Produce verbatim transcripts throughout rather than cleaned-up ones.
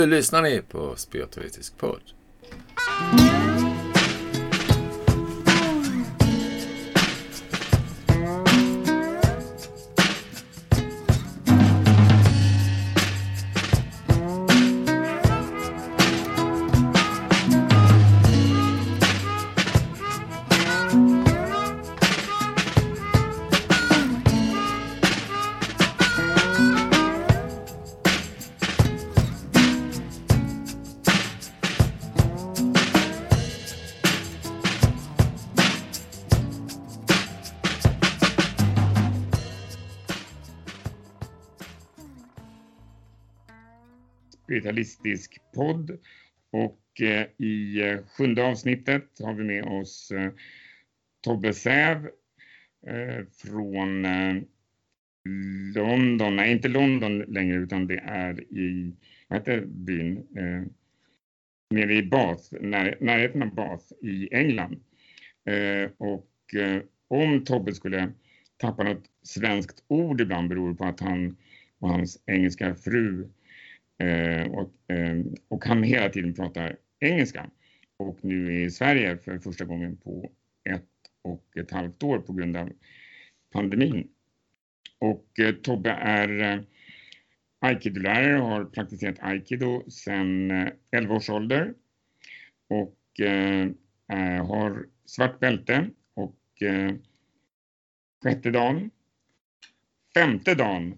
Nu lyssnar ni på Spiritualistisk podd. Spiritualistisk podd, och eh, i eh, sjunde avsnittet har vi med oss eh, Tobbe Säv eh, från eh, London, nej inte London längre utan det är i, vad heter byn, eh, nere i Bath, när, närheten av Bath i England. Eh, och eh, om Tobbe skulle tappa något svenskt ord ibland beror på att han och hans engelska fru Eh, och, eh, och han hela tiden pratar engelska, och nu är i Sverige för första gången på ett och ett halvt år på grund av pandemin. Och eh, Tobbe är eh, aikido-lärare och har praktiserat aikido sedan eh, elva års ålder, och eh, har svart bälte, och eh, sjätte dagen, femte dagen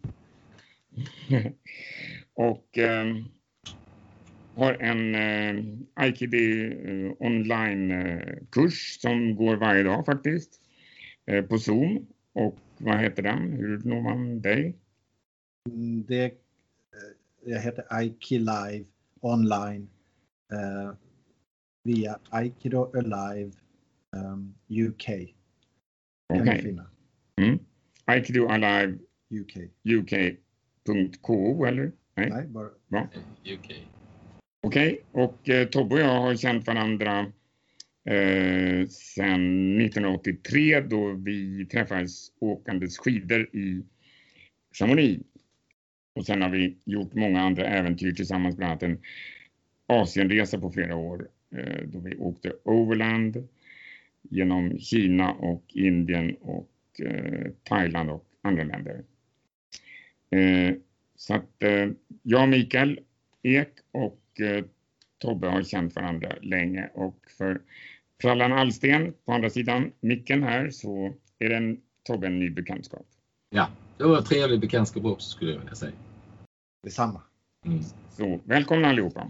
och eh, har en eh, Aikido eh, online-kurs eh, som går varje dag faktiskt eh, på Zoom. Och vad heter den? Hur når man dig? Det, jag heter Aikilive online eh, via Aikido Alive um, U K. Okej. Okay. Mm. Aikido Alive U K. U K punkt ko eller? Nej, Nej bara ja. U K. Okej, okay. Och eh, Tobbe och jag har känt varandra eh, sedan nittonhundraåttiotre då vi träffades åkandes skidor i Chamonix. Och sen har vi gjort många andra äventyr tillsammans, bland annat en Asienresa på flera år eh, då vi åkte overland genom Kina och Indien och eh, Thailand och andra länder. Eh, så att eh, jag, Mikael Ek och eh, Tobbe har känt varandra länge, och för Prallan Allsten på andra sidan micken här så är det en Tobbe en ny bekantskap. Ja, det var en trevlig bekantskap också skulle jag vilja säga. Detsamma. Mm. Så välkomna allihopa.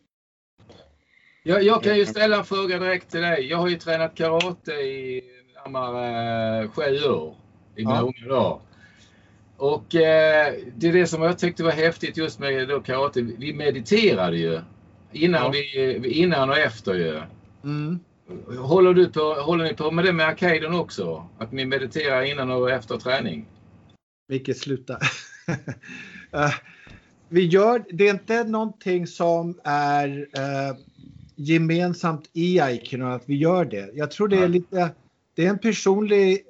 Jag, jag kan ju ställa en fråga direkt till dig. Jag har ju tränat karate i närmare eh, sju år i mina Ja. unga dagar. Och eh, det är det som jag tyckte var häftigt just med då karate. Vi mediterade ju innan, Ja. vi, innan och efter ju. Mm. Håller, du på, håller ni på med det med arkaden också? Att ni mediterar innan och efter träning? Vilket sluta. uh, vi gör, det är inte någonting som är uh, gemensamt i Aikido att vi gör det. Jag tror det är lite, det är en personlig,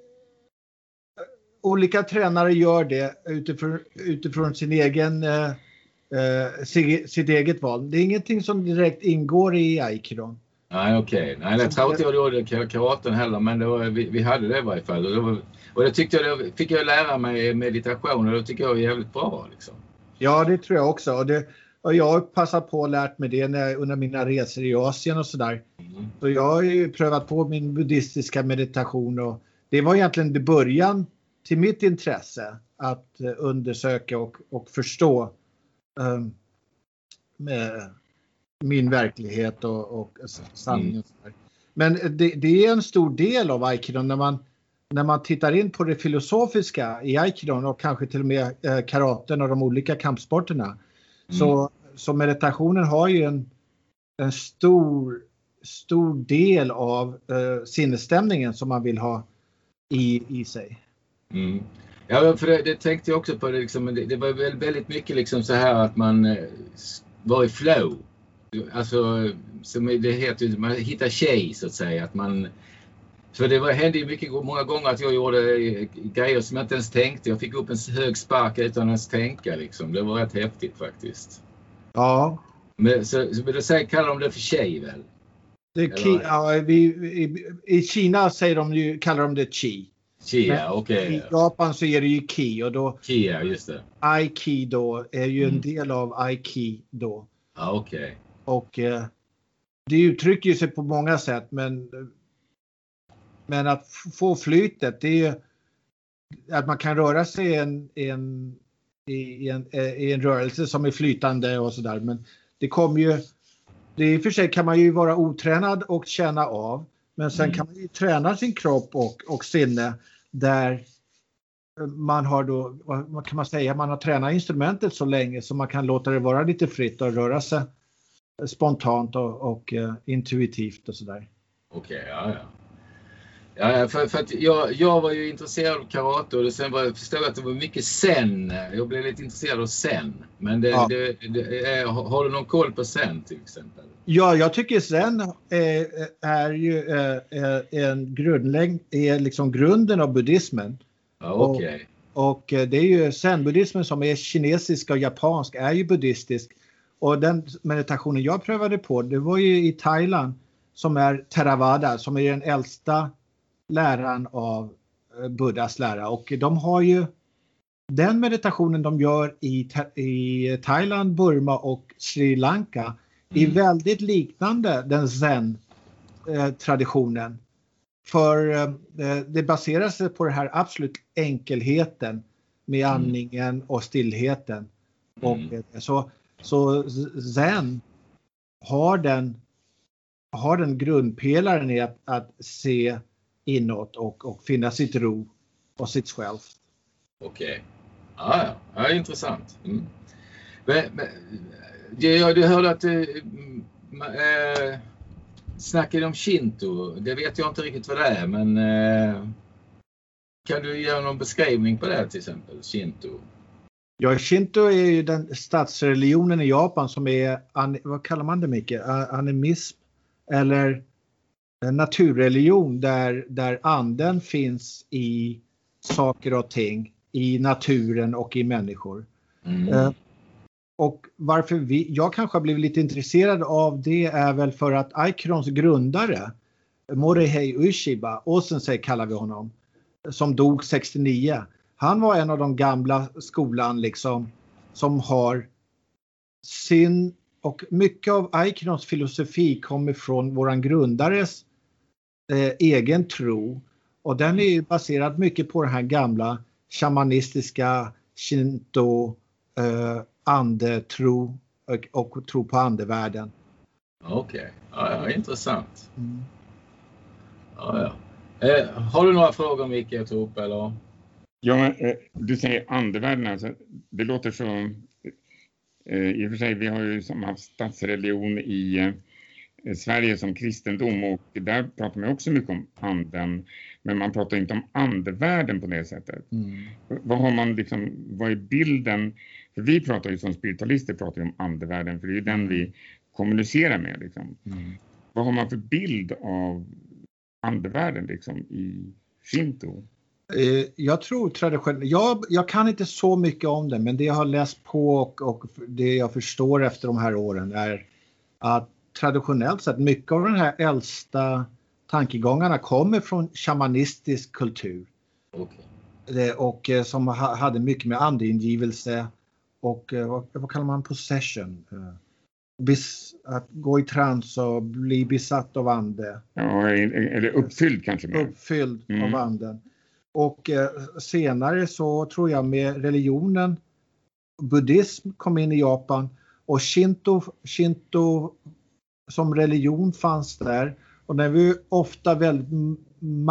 olika tränare gör det utifrån, utifrån sin egen, uh, uh, sitt, sitt eget val. Det är ingenting som direkt ingår i Aikido. Nej, okej. Okay. Nej, jag tror inte jag gjorde karaten heller, men det var, vi, vi hade det i varje fall. Och det, var, och det tyckte jag, det fick jag lära mig meditation, och det tycker jag var jävligt bra liksom. Ja, det tror jag också. Och, det, och jag har passat på och lärt mig det när, under mina resor i Asien och sådär. Mm. Så jag har ju prövat på min buddhistiska meditation, och det var egentligen det början till mitt intresse att uh, undersöka och, och förstå um, med min verklighet och, och sanningen. Mm. Och men det, det är en stor del av Aikido när man, när man tittar in på det filosofiska i Aikido och kanske till och med eh, karaten och de olika kampsporterna. Mm. Så, så meditationen har ju en, en stor, stor del av eh, sinnesstämningen som man vill ha i, i sig. Mm. Ja, för det, det tänkte jag också på. Det, liksom, det, det var väldigt, väldigt mycket liksom så här att man eh, var i flow. Alltså, som det heter, man hittar tjej så att säga, att man, för det var, hände ju mycket, många gånger att jag gjorde grejer som jag inte ens tänkte. Jag fick upp en hög spark utan ens tänka liksom. Det var rätt häftigt faktiskt. Ja, Men så, så vill du säga, kallar de det för Qi väl? Det är ki, ja, vi, i, I Kina säger de ju, kallar de det Qi. Qi, ja, okej. Okay. I Japan så är det ju Ki och då Qi, ja, just det. Aikido är ju Mm. en del av Aikido. Ja, okej. Okay. Och eh, det uttrycker ju sig på många sätt, men men att f- få flytet, det är ju att man kan röra sig i en, en, i en, i en rörelse som är flytande och sådär. Men det kommer ju, det är i och för sig kan man ju vara otränad och känna av. Men sen Mm. kan man ju träna sin kropp och, och sinne där man har då, vad kan man säga, man har tränat instrumentet så länge så man kan låta det vara lite fritt och röra sig spontant och, och uh, intuitivt och sådär. Okej, okay, ja, ja. Ja, för, för att jag, jag var ju intresserad av karate och sen var jag förstod att det var mycket zen. Jag blev lite intresserad av zen. Men det, Ja. det, det är, har du någon koll på zen till exempel? Ja, jag tycker zen är, är ju är en grundlägg, är liksom grunden av buddhismen. Ja, okej. Okay. Och, och det är ju zen-buddhismen som är kinesisk och japansk är ju buddhistisk. Och den meditationen jag prövade på, det var ju i Thailand som är Theravada, som är den äldsta läran av Buddhas lära. Och de har ju den meditationen de gör i, i Thailand, Burma och Sri Lanka är Mm. väldigt liknande den zen-traditionen. För eh, det baserar sig på det här absolut enkelheten med Mm. andningen och stillheten. Och Mm. eh, så, så zen har den, har den grundpelaren i att, att se inåt och, och finna sitt ro och sitt själv. Okej. Okay. Ja, ja. Ja, intressant. Mm. Men, men, jag, du hörde att äh, snackade om Shinto. Det vet jag inte riktigt vad det är, men äh, kan du göra någon beskrivning på det till exempel, Shinto? Ja, Shinto är ju den statsreligionen i Japan som är, vad kallar man det mycket? Animism eller en naturreligion där, där anden finns i saker och ting, i naturen och i människor. Mm. Uh, och varför vi, jag kanske har blivit lite intresserad av det är väl för att Aikirons grundare, Morihei Ueshiba, Osensei kallar vi honom, som dog sextionio. Han var en av de gamla skolan liksom som har sin, och mycket av Aikirons filosofi kommer från våran grundares eh, egen tro. Och den är baserad mycket på den här gamla shamanistiska Shinto eh, andetro och, och tro på andevärlden. Okej, okay. Ja, ja, intressant. Mm. Ja, ja. Eh, har du några frågor, Micke, jag tog upp, eller? Ja, men, eh, du säger andevärlden, alltså, det låter så... Eh, I och för sig, vi har ju som haft statsreligion i eh, Sverige som kristendom, och där pratar man också mycket om anden, men man pratar inte om andevärlden på det sättet. Mm. Vad har man liksom, vad är bilden? För vi pratar ju som spiritualister pratar ju om andevärlden, för det är ju den vi kommunicerar med liksom. Mm. Vad har man för bild av andevärlden liksom i Shinto? Jag tror traditionellt, jag, jag kan inte så mycket om det, men det jag har läst på och, och det jag förstår efter de här åren är att traditionellt sett mycket av den här äldsta tankegångarna kommer från shamanistisk kultur. Okay. Det, och som ha, hade mycket med andeingivelse och vad, vad kallar man possession? Bis, att gå i trans och bli besatt av ande. Ja, eller uppfylld kanske mer. Uppfylld mm. av anden. Och eh, senare så tror jag med religionen, buddhism kom in i Japan och Shinto, Shinto som religion fanns där. Och den var ju ofta väldigt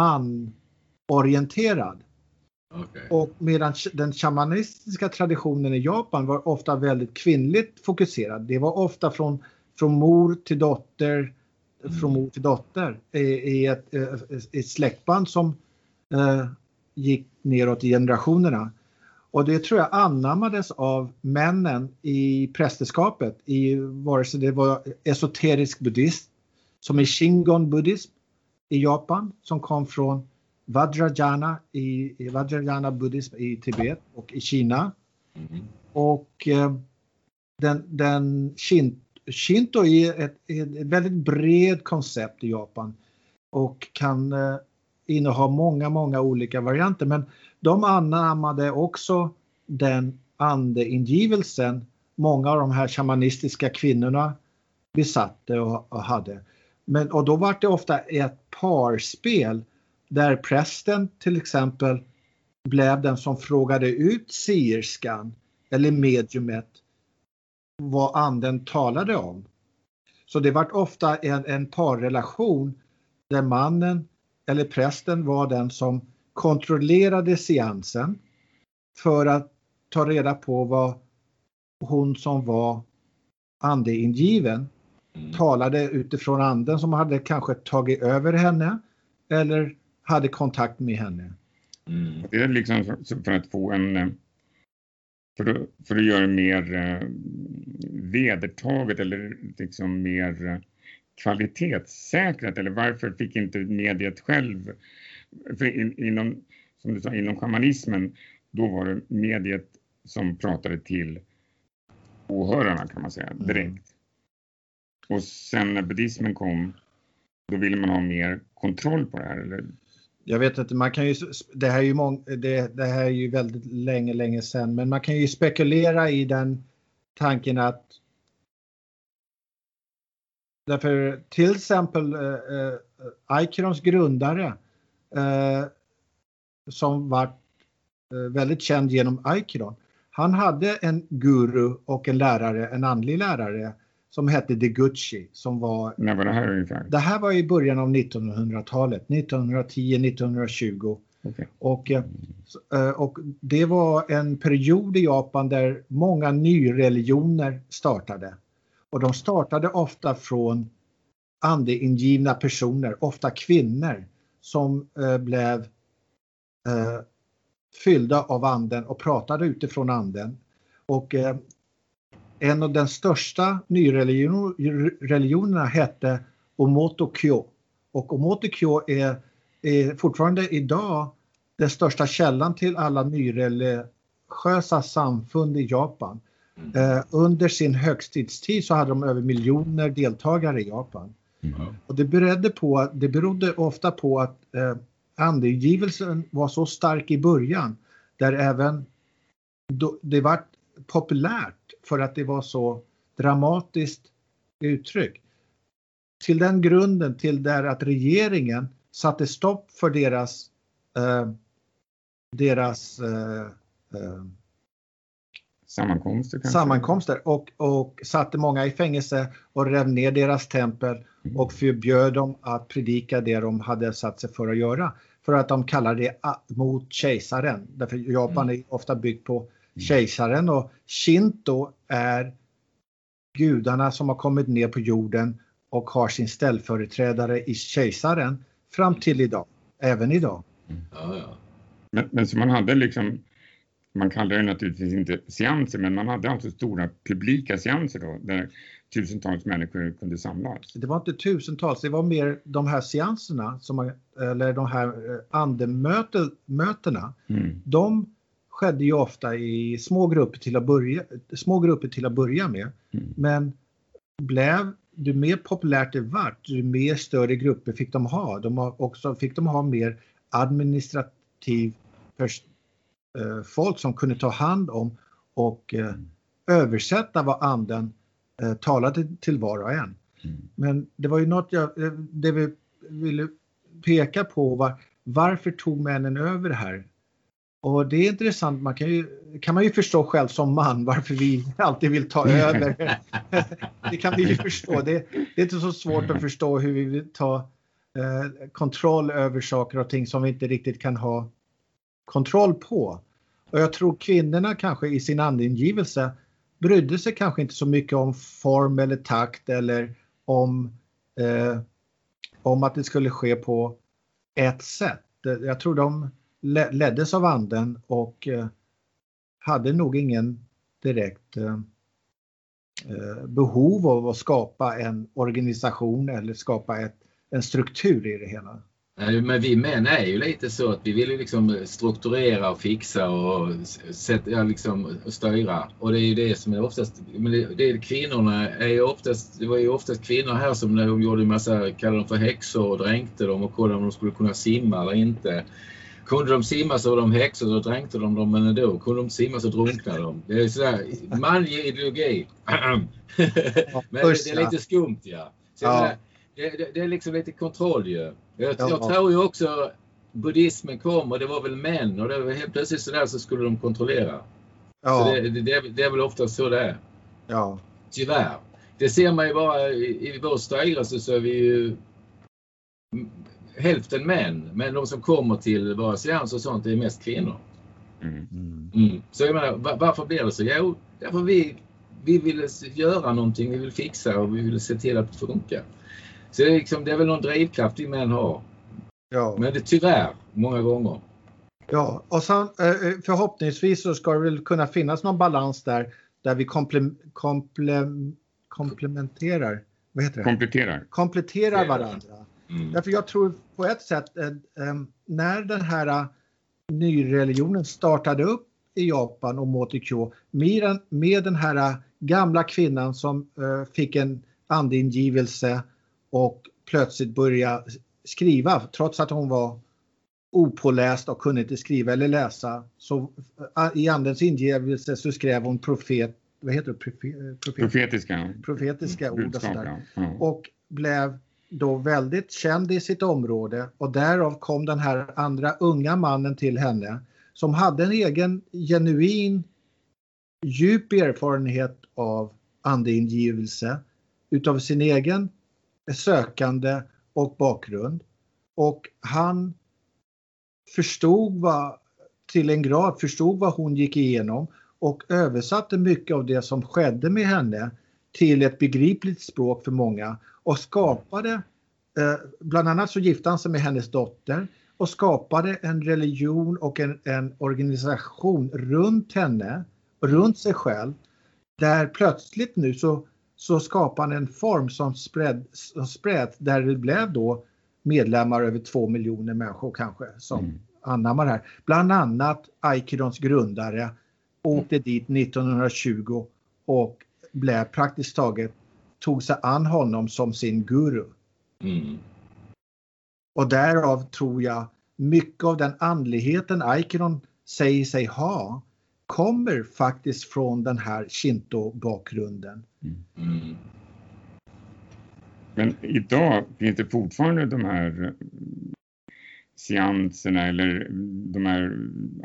manorienterad. Okay. Och medan den shamanistiska traditionen i Japan var ofta väldigt kvinnligt fokuserad. Det var ofta från, från mor till dotter, mm. från mor till dotter i, i ett, ett släktband som eh, gick neråt i generationerna. Och det tror jag anammades av männen i prästerskapet, i vare sig det var esoterisk buddhism som är Shingon buddhism i Japan som kom från Vajrayana i, i Vajrayana buddhism i Tibet och i Kina. Mm. Och eh, den, den Shin, Shinto är ett, ett väldigt bred koncept i Japan och kan eh, inneha många, många olika varianter. Men de anammade också den andeingivelse många av de här shamanistiska kvinnorna besatte och, och hade. Men, och då var det ofta ett parspel där prästen till exempel blev den som frågade ut sierskan eller mediumet vad anden talade om. Så det var ofta en, en parrelation där mannen eller prästen var den som kontrollerade seansen för att ta reda på vad hon som var andeinggiven mm. talade utifrån anden som hade kanske tagit över henne eller hade kontakt med henne. Mm. Det är liksom för att få en för att, för att göra mer vedertaget eller liksom mer kvalitetssäkrat, eller varför fick inte mediet själv, för in, inom, som du sa, inom shamanismen, då var det mediet som pratade till åhörarna kan man säga, direkt. Mm. Och sen när buddhismen kom, då ville man ha mer kontroll på det här, eller? Jag vet inte, man kan ju, det här är ju, mång, det, det här är ju väldigt länge, länge sedan, men man kan ju spekulera i den tanken att därför till exempel eh, eh, Aikirons grundare eh, som var eh, väldigt känd genom Aikiron, han hade en guru och en lärare, en andlig lärare som hette Deguchi som var... När var det här ungefär? Det här var i början av nittonhundratalet, nittonhundratio nittonhundratjugo. Okay. Och, och det var en period i Japan där många nyreligioner startade. Och de startade ofta från andeingivna personer, ofta kvinnor som eh, blev eh, fyllda av anden och pratade utifrån anden. Och eh, en av den största nyreligionerna hette Omoto-kyo. Och Omoto-kyo är, är fortfarande idag den största källan till alla nyreligiösa samfund i Japan. Eh, under sin högstidstid så hade de över miljoner deltagare i Japan. Mm. Och det berodde, på, det berodde ofta på att eh, andegivelsen var så stark i början. Där även då, det var populärt för att det var så dramatiskt uttryck. Till den grunden, till där att regeringen satte stopp för deras eh, deras eh, eh, sammankomster, sammankomster och, och satte många i fängelse och rev ner deras tempel mm. och förbjöd dem att predika det de hade satt sig för att göra. För att de kallar det mot kejsaren. Därför Japan är ofta byggt på kejsaren, och Shinto är gudarna som har kommit ner på jorden och har sin ställföreträdare i kejsaren fram till idag, även idag. Mm. Ja, ja. Men, men så man hade liksom, man kallar det naturligtvis inte seanser, men man hade alltså stora publika seanser då, där tusentals människor kunde samlas. Det var inte tusentals, det var mer de här seanserna, som man, eller de här andemötena, mm. de skedde ju ofta i små grupper till att börja, små grupper till att börja med. Mm. Men blev ju mer populärt det vart, ju mer större grupper fick de ha. De har också fick de ha mer administrativ pers- eh, folk som kunde ta hand om och eh, mm. översätta vad anden eh, talade till var och en. Mm. Men det var ju något jag det vi ville peka på var, varför tog männen över det här? Och det är intressant, man kan, ju, kan man ju förstå själv som man varför vi alltid vill ta över. Det kan vi ju förstå. Det, det är inte så svårt att förstå hur vi vill ta eh, kontroll över saker och ting som vi inte riktigt kan ha kontroll på. Och jag tror kvinnorna kanske i sin andingivelse brydde sig kanske inte så mycket om form eller takt eller om, eh, om att det skulle ske på ett sätt. Jag tror de leddes av anden och eh, hade nog ingen direkt eh, behov av att skapa en organisation eller skapa ett, en struktur i det hela. Men vi män är ju lite så att vi vill ju liksom strukturera och fixa och sätta, liksom styra. Och det är ju det som är oftast, men det, det är kvinnorna är ju oftast, det var ju oftast kvinnor här som när de gjorde en massa, kallade dem för häxor och dränkte dem och kollade om de skulle kunna simma eller inte. Kunde de simma så var de häxor och dränkte de dem, men ändå kunde de simma så drunknade de. Det är sådär manlig ideologi. Men det, det är lite skumt, ja. Så ja. Det, det, det är liksom lite kontroll ju. Jag, ja. jag tror ju också buddhismen kom och det var väl män och det var helt plötsligt sådär så skulle de kontrollera. Ja. Så det, det, det är väl ofta så det är. Ja. Tyvärr. Det ser man ju bara i, i vår styrelse så är vi ju hälften män. Men de som kommer till våra seans och sånt är mest kvinnor. Mm. Mm. Så jag menar, var, varför blir det så? Jo, därför vi, vi vill göra någonting, vi vill fixa och vi vill se till att det funkar. Så det är, liksom, det är väl någon drivkraft vi män har. Ja. Men det är tyvärr många gånger. Ja, och sen, förhoppningsvis så ska det väl kunna finnas någon balans där där vi komple, komple, komplementerar, vad heter det? Kompletterar. Kompletterar varandra. Mm. Därför jag tror på ett sätt eh, eh, när den här eh, nyreligionen startade upp i Japan och Motikyo med, med den här eh, gamla kvinnan som eh, fick en andeingivelse och plötsligt började skriva trots att hon var opåläst och kunde inte skriva eller läsa. Så i andens ingivelse så skrev hon profet, vad heter det? Profet, profet, profetiska. Profetiska ord och sådär. Ja. Och blev då väldigt känd i sitt område och därav kom den här andra unga mannen till henne som hade en egen genuin djup erfarenhet av andeingivelse utav sin egen sökande och bakgrund. Och han förstod vad, till en grad förstod vad hon gick igenom och översatte mycket av det som skedde med henne till ett begripligt språk för många och skapade, eh, bland annat så gifte han sig med hennes dotter och skapade en religion och en, en organisation runt henne och runt sig själv där plötsligt nu så, så skapade han en form som spred, som spred där det blev då medlemmar över två miljoner människor kanske som mm. anammar här. Bland annat Aikidons grundare åkte dit nittonhundratjugo och blev praktiskt taget tog sig an honom som sin guru. Mm. Och därav tror jag mycket av den andligheten Aikidon säger sig ha kommer faktiskt från den här Shinto-bakgrunden. Mm. Men idag finns det fortfarande de här seanserna eller de här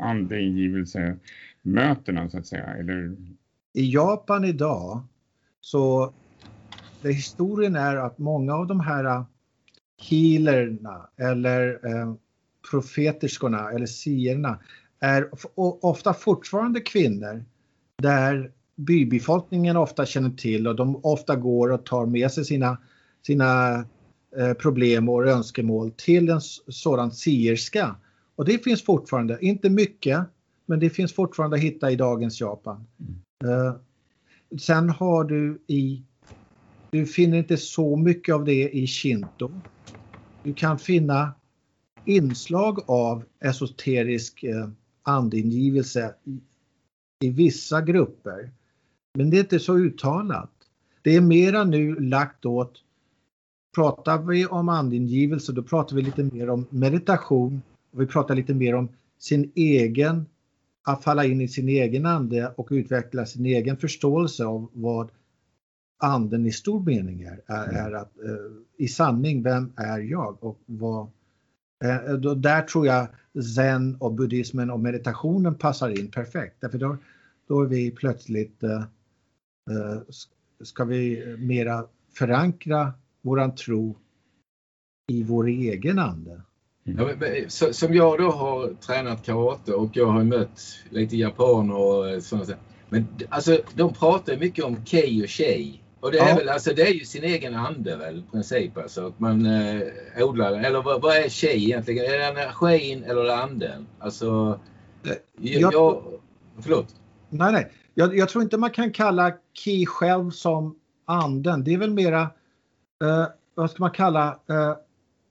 andeingivelsemötena så att säga? Eller? I Japan idag så det historien är att många av de här healerna eller eh, profeterskorna eller sierna är ofta fortfarande kvinnor där bybefolkningen ofta känner till och de ofta går och tar med sig sina, sina eh, problem och önskemål till en sådan sierska. Och det finns fortfarande, inte mycket, men det finns fortfarande att hitta i dagens Japan. Mm. Eh, sen har du i, du finner inte så mycket av det i Shinto. Du kan finna inslag av esoterisk eh, andeingivelse i, i vissa grupper. Men det är inte så uttalat. Det är mera nu lagt åt, pratar vi om andeingivelse då pratar vi lite mer om meditation. Och vi pratar lite mer om sin egen, att falla in i sin egen ande och utveckla sin egen förståelse av vad anden i stor mening är. Är, är att eh, i sanning, vem är jag? Och vad, eh, då, där tror jag zen och buddhismen och meditationen passar in perfekt. Därför då, då är vi plötsligt, eh, eh, ska vi mera förankra våran tro i vår egen ande. Mm. Ja, men, så, som jag då har tränat karate och jag har mött lite japaner och sådana saker. Men alltså de pratar mycket om kei och shei. Och det är ja. väl, alltså det är ju sin egen ande väl, i princip alltså. Att man eh, odlar, eller vad, vad är shei egentligen? Är det energin eller anden? Alltså, jag, jag förlåt. Nej, nej. Jag, jag tror inte man kan kalla ki själv som anden. Det är väl mera, eh, vad ska man kalla, eh,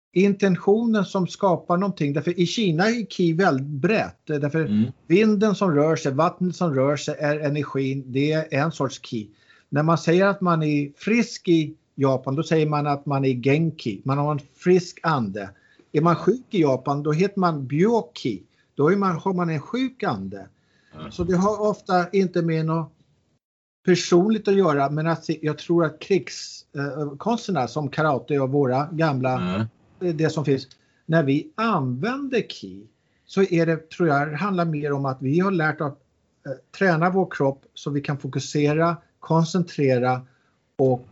intentionen som skapar någonting. Därför i Kina är ki väldigt brett. Därför mm. vinden som rör sig, vattnet som rör sig är energin. Det är en sorts ki. När man säger att man är frisk i Japan, då säger man att man är genki. Man har en frisk ande. Är man sjuk i Japan, då heter man byoki. Då är man, har man en sjuk ande. Mm. Så det har ofta inte med något personligt att göra. Men att jag tror att krigskonsterna äh, som karate och våra gamla, mm. det som finns. När vi använder ki så är det, tror jag, det handlar mer om att vi har lärt att äh, träna vår kropp så vi kan fokusera, koncentrera och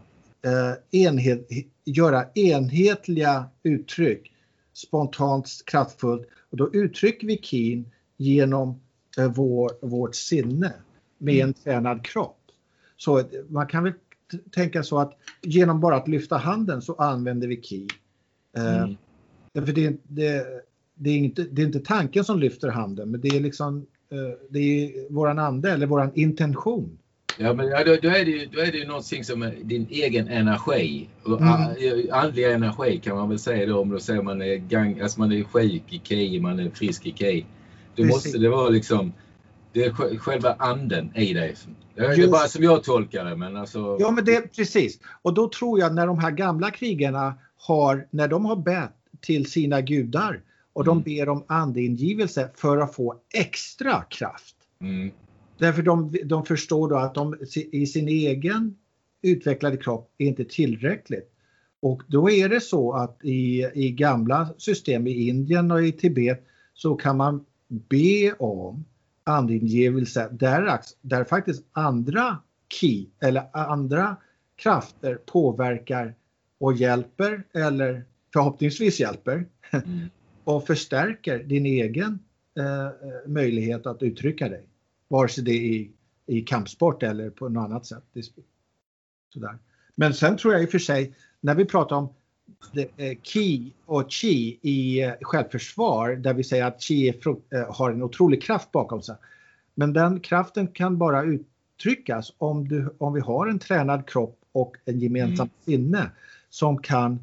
äh, enhet, göra enhetliga uttryck. Spontant, kraftfullt. Och då uttrycker vi kin genom eh, vår, vårt sinne med mm. en tränad kropp. Så man kan väl t- tänka så att genom bara att lyfta handen så använder vi ki. Eh, mm. För det, det, det, är inte, det är inte tanken som lyfter handen, men det är liksom eh, det är våran ande eller våran intention. Ja, men ja, då, då, är det ju, då är det ju någonting som är din egen energi. Och mm. andlig energi kan man väl säga då, om då säger man är gang, alltså man är sjuk i ki, man är frisk i ki. Då precis. Måste det vara liksom, det är själva anden i dig. Det är Just. bara som jag tolkar det, men alltså... Ja, men det är precis. Och då tror jag när de här gamla krigarna har, när de har bett till sina gudar och mm. de ber om andeingivelse för att få extra kraft. Mm. Därför de, de förstår då att de i sin egen utvecklade kropp är inte tillräckligt. Och då är det så att i, i gamla system i Indien och i Tibet så kan man be om andeingivelse där, där faktiskt andra ki eller andra krafter påverkar och hjälper eller förhoppningsvis hjälper mm. och förstärker din egen eh, möjlighet att uttrycka dig. Vare sig det är i, i kampsport eller på något annat sätt. Sådär. Men sen tror jag i och för sig, när vi pratar om det, eh, ki och chi i eh, självförsvar, där vi säger att chi är, eh, har en otrolig kraft bakom sig. Men den kraften kan bara uttryckas om, du, om vi har en tränad kropp och en gemensam mm. sinne som kan,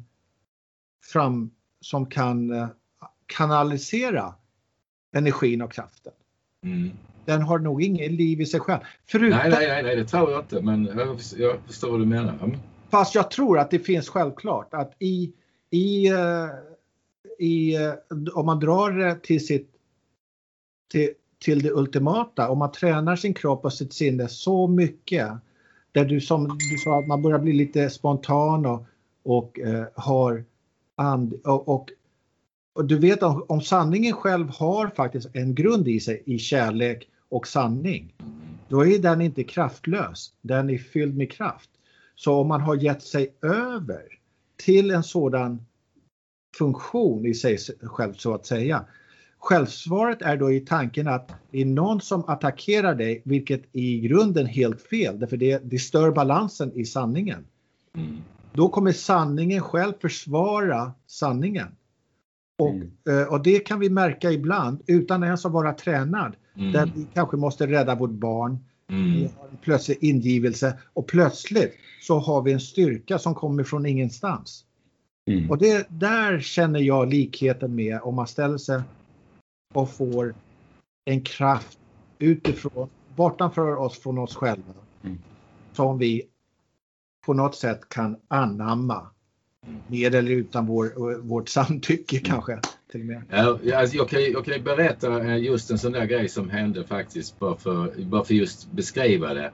fram, som kan eh, kanalisera energin och kraften. Mm. Den har nog ingen liv i sig själv. Förutom... Nej, nej, nej, nej, det tror jag inte. Men jag, jag förstår vad du menar. Mm. Fast jag tror att det finns självklart att i, i, i om man drar det till, sitt, till, till det ultimata, om man tränar sin kropp och sitt sinne så mycket, där du som du sa att man börjar bli lite spontan och, och eh, har and, och, och Och du vet om, om sanningen själv har faktiskt en grund i sig i kärlek och sanning. Då är den inte kraftlös. Den är fylld med kraft. Så om man har gett sig över till en sådan funktion i sig själv så att säga. Självsvaret är då i tanken att det är någon som attackerar dig, vilket i grunden är helt fel. Därför det, det stör balansen i sanningen. Mm. Då kommer sanningen själv försvara sanningen. Och, mm. och det kan vi märka ibland utan ens att vara tränad. Mm. Där vi kanske måste rädda vårt barn. Mm. Vi har en plötslig ingivelse. Och plötsligt så har vi en styrka som kommer från ingenstans. Mm. Och det, där känner jag likheten med om man ställer sig och får en kraft utifrån, bortanför oss från oss själva. Mm. Som vi på något sätt kan anamma. Med eller utan vår, vårt samtycke kanske till och med. Ja, alltså jag, kan, jag kan berätta just en sån där grej som hände faktiskt bara för, bara för just beskriva det.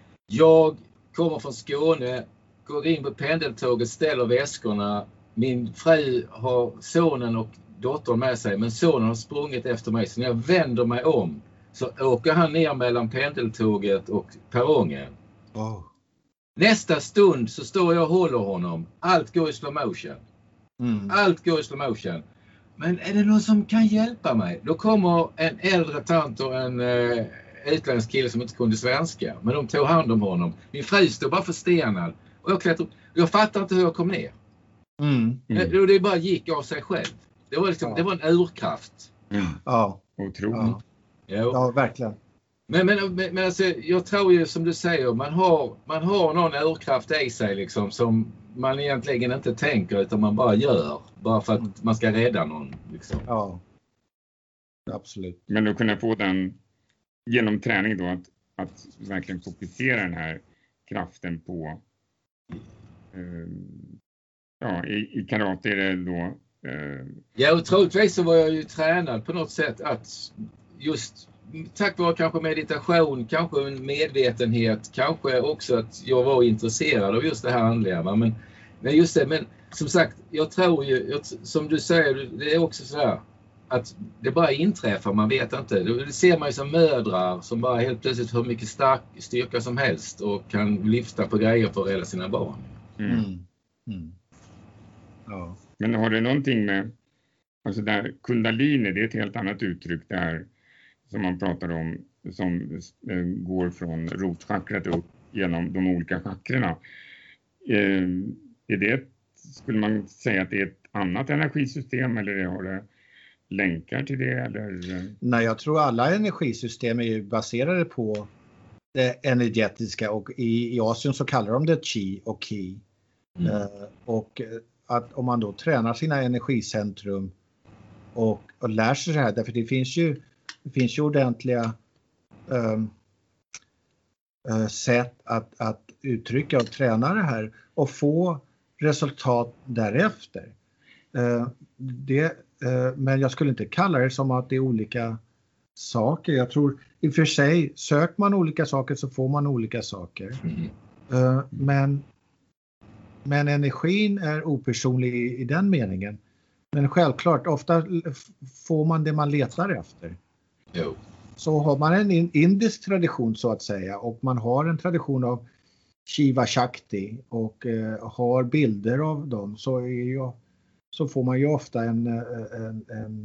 Jag kommer från Skåne, går in på pendeltåget, ställer väskorna. Min fru har sonen och dottern med sig, men sonen har sprungit efter mig. Så när jag vänder mig om så åker han ner mellan pendeltåget och perrongen. Oh. Nästa stund så står jag och håller honom. Allt går i slow motion. Mm. Allt går i slow motion. Men är det någon som kan hjälpa mig? Då kommer en äldre tant och en eh, utländsk kille som inte kunde svenska. Men de tog hand om honom. Min fru stod bara förstenad. Och jag, klättrar, jag fattar inte hur jag kom ner. Mm. Mm. Det, det bara gick av sig själv. Det var, liksom, ja. det var en urkraft. Mm. Ja, otroligt. Ja. Ja, verkligen. Men, men, men alltså, jag tror ju som du säger, man har, man har någon urkraft i sig liksom, som man egentligen inte tänker utan man bara gör. Bara för att man ska rädda någon. Liksom. Ja, absolut. Men att kunna få den genom träning då att, att verkligen fokusera den här kraften på eh, ja, i, i karate är det då eh... ja, och troligtvis så var jag ju tränad på något sätt att just tack vare kanske meditation, kanske en medvetenhet, kanske också att jag var intresserad av just det här andliga. Va? Men, men just det, men som sagt, jag tror ju, jag, som du säger, det är också så här att det bara inträffar, man vet inte. Det ser man ju som mödrar som bara helt plötsligt har mycket stark styrka som helst och kan lyfta på grejer för att rädda sina barn. Mm. Mm. Mm. Ja. Men har det någonting med, alltså där kundalini, det är ett helt annat uttryck där som man pratar om, som eh, går från rotchakrat upp genom de olika chakrarna. Eh, är det, skulle man säga att det är ett annat energisystem eller har det länkar till det? Eller? Nej, jag tror alla energisystem är baserade på det energetiska och i, i Asien så kallar de det chi och ki. Mm. Eh, och att om man då tränar sina energicentrum och, och lär sig det här, därför det finns ju Det finns ju ordentliga um, uh, sätt att, att uttrycka och träna det här och få resultat därefter. Uh, det, uh, men jag skulle inte kalla det som att det är olika saker. Jag tror i och för sig, söker man olika saker så får man olika saker. Uh, men, men energin är opersonlig i, i den meningen. Men självklart, ofta får man det man letar efter. Jo. Så har man en indisk tradition så att säga och man har en tradition av Shiva Shakti och eh, har bilder av dem så, är ju, så får man ju ofta en, en, en,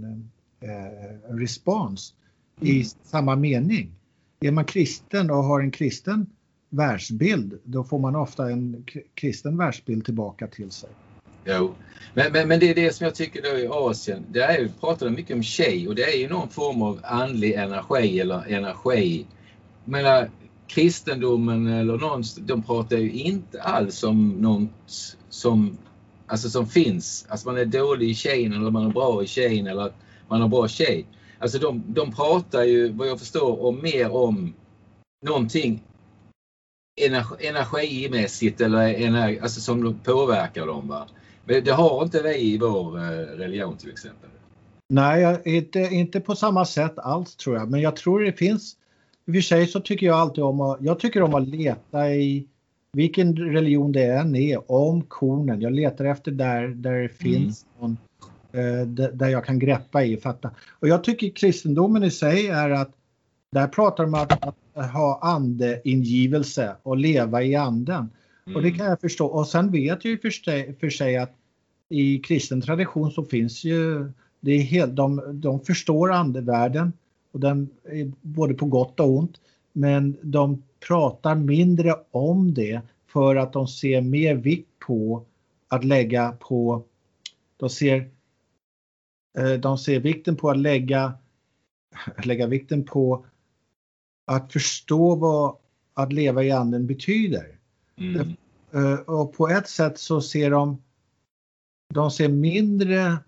en respons mm. i samma mening. Är man kristen och har en kristen världsbild då får man ofta en kristen världsbild tillbaka till sig. Jo, men, men, men det är det som jag tycker då i Asien, det är ju, pratar mycket om chi och det är ju någon form av andlig energi eller energi. Men kristendomen eller någon, de pratar ju inte alls om något som, alltså som finns. Alltså man är dålig i tjejen eller man är bra i tjejen eller man har bra tjej. Alltså de, de pratar ju, vad jag förstår, om mer om någonting energi, energimässigt eller energi, alltså som påverkar dem, va? Men det har inte vi i vår religion till exempel. Nej, inte, inte på samma sätt alls tror jag. Men jag tror det finns, i och för sig så tycker jag alltid om att, jag tycker om att leta i vilken religion det än är, om kornen. Jag letar efter där, där det finns mm. någon, eh, där jag kan greppa i och fatta. Och jag tycker kristendomen i sig är att, där pratar de om att, att ha andeingivelse och leva i anden. Mm. Och det kan jag förstå. Och sen vet jag ju för sig, för sig att i kristen tradition så finns ju, det är helt, de, de förstår andevärlden och den är både på gott och ont. Men de pratar mindre om det för att de ser mer vikt på att lägga på, de ser, de ser vikten på att lägga, lägga vikten på att förstå vad att leva i anden betyder. Mm. Och på ett sätt så ser de, de ser mindre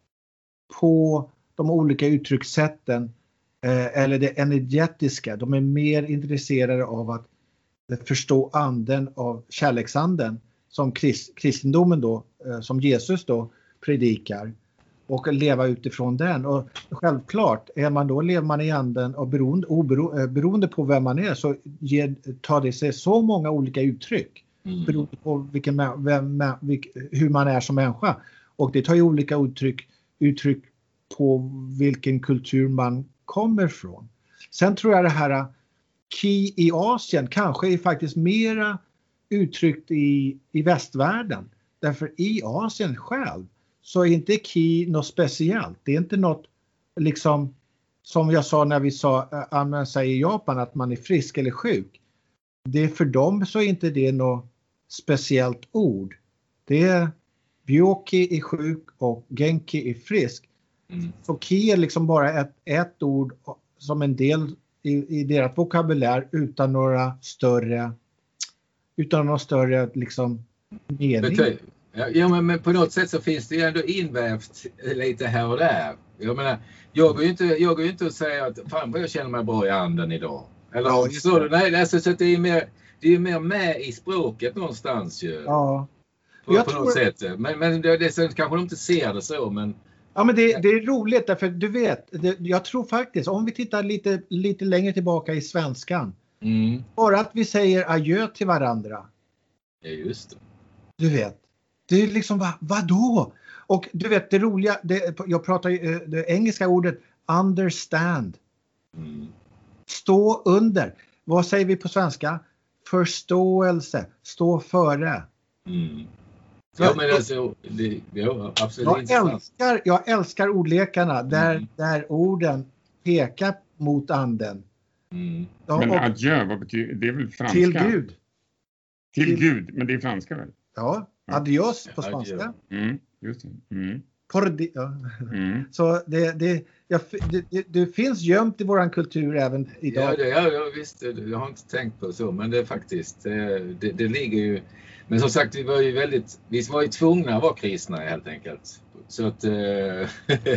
på de olika uttryckssätten eller det energetiska. De är mer intresserade av att förstå anden av kärleksanden som krist, kristendomen då, som Jesus då predikar och leva utifrån den. Och självklart är man då, lever man i anden och beroende, obero, beroende på vem man är så ger, tar det sig så många olika uttryck. Mm. Beroende på vilken, vem, vilk, hur man är som människa. Och det tar ju olika uttryck, uttryck på vilken kultur man kommer från. Sen tror jag det här ki i Asien kanske är faktiskt mera uttryckt i, i västvärlden. Därför i Asien själv så är inte ki något speciellt. Det är inte något liksom som jag sa när vi sa använda sig i Japan att man är frisk eller sjuk. Det är för dem så är inte det något speciellt ord. Det är byoki är sjuk och genki är frisk. Mm. Så ki är liksom bara ett, ett ord som en del i, i deras vokabulär utan några större utan några större liksom mening. Ja, men, men på något sätt så finns det ju ändå invävt lite här och där. Jag menar, jag går ju inte, jag går ju inte och säger att fan vad jag känner mig bra i anden idag. Eller ja, så, nej, alltså, så att det är mer det är mer med i språket någonstans ju. Ja. På, på något tror... sätt. Men, men det, det, så, kanske de inte ser det så, men... Ja, men det, det är roligt därför du vet, det, jag tror faktiskt, om vi tittar lite, lite längre tillbaka i svenskan. Mm. Bara att vi säger adjö till varandra. Ja, just det. Du vet, det är liksom, vad, vadå? Och du vet, det roliga, det, jag pratar ju det engelska ordet understand. Mm. Stå under. Vad säger vi på svenska? Förståelse. Stå före. Mm. Ja, men alltså, det, ja, absolut. Jag älskar, jag älskar ordlekarna där, mm. där orden pekar mot anden. Mm. De, men adjö, vad betyder det? Är väl franska? Till Gud. Till, till Gud, men det är franska väl? Ja, adios på spanska. Mm, just det. Mm. Di- ja. Mm. Så det, det, ja, det, det, det finns gömt i våran kultur även idag. Ja, det, ja, ja visst. Jag har inte tänkt på så, men det är faktiskt, det, det, det ligger ju... Men som sagt, vi var ju väldigt, vi var ju tvungna att vara kristna helt enkelt. Så att eh,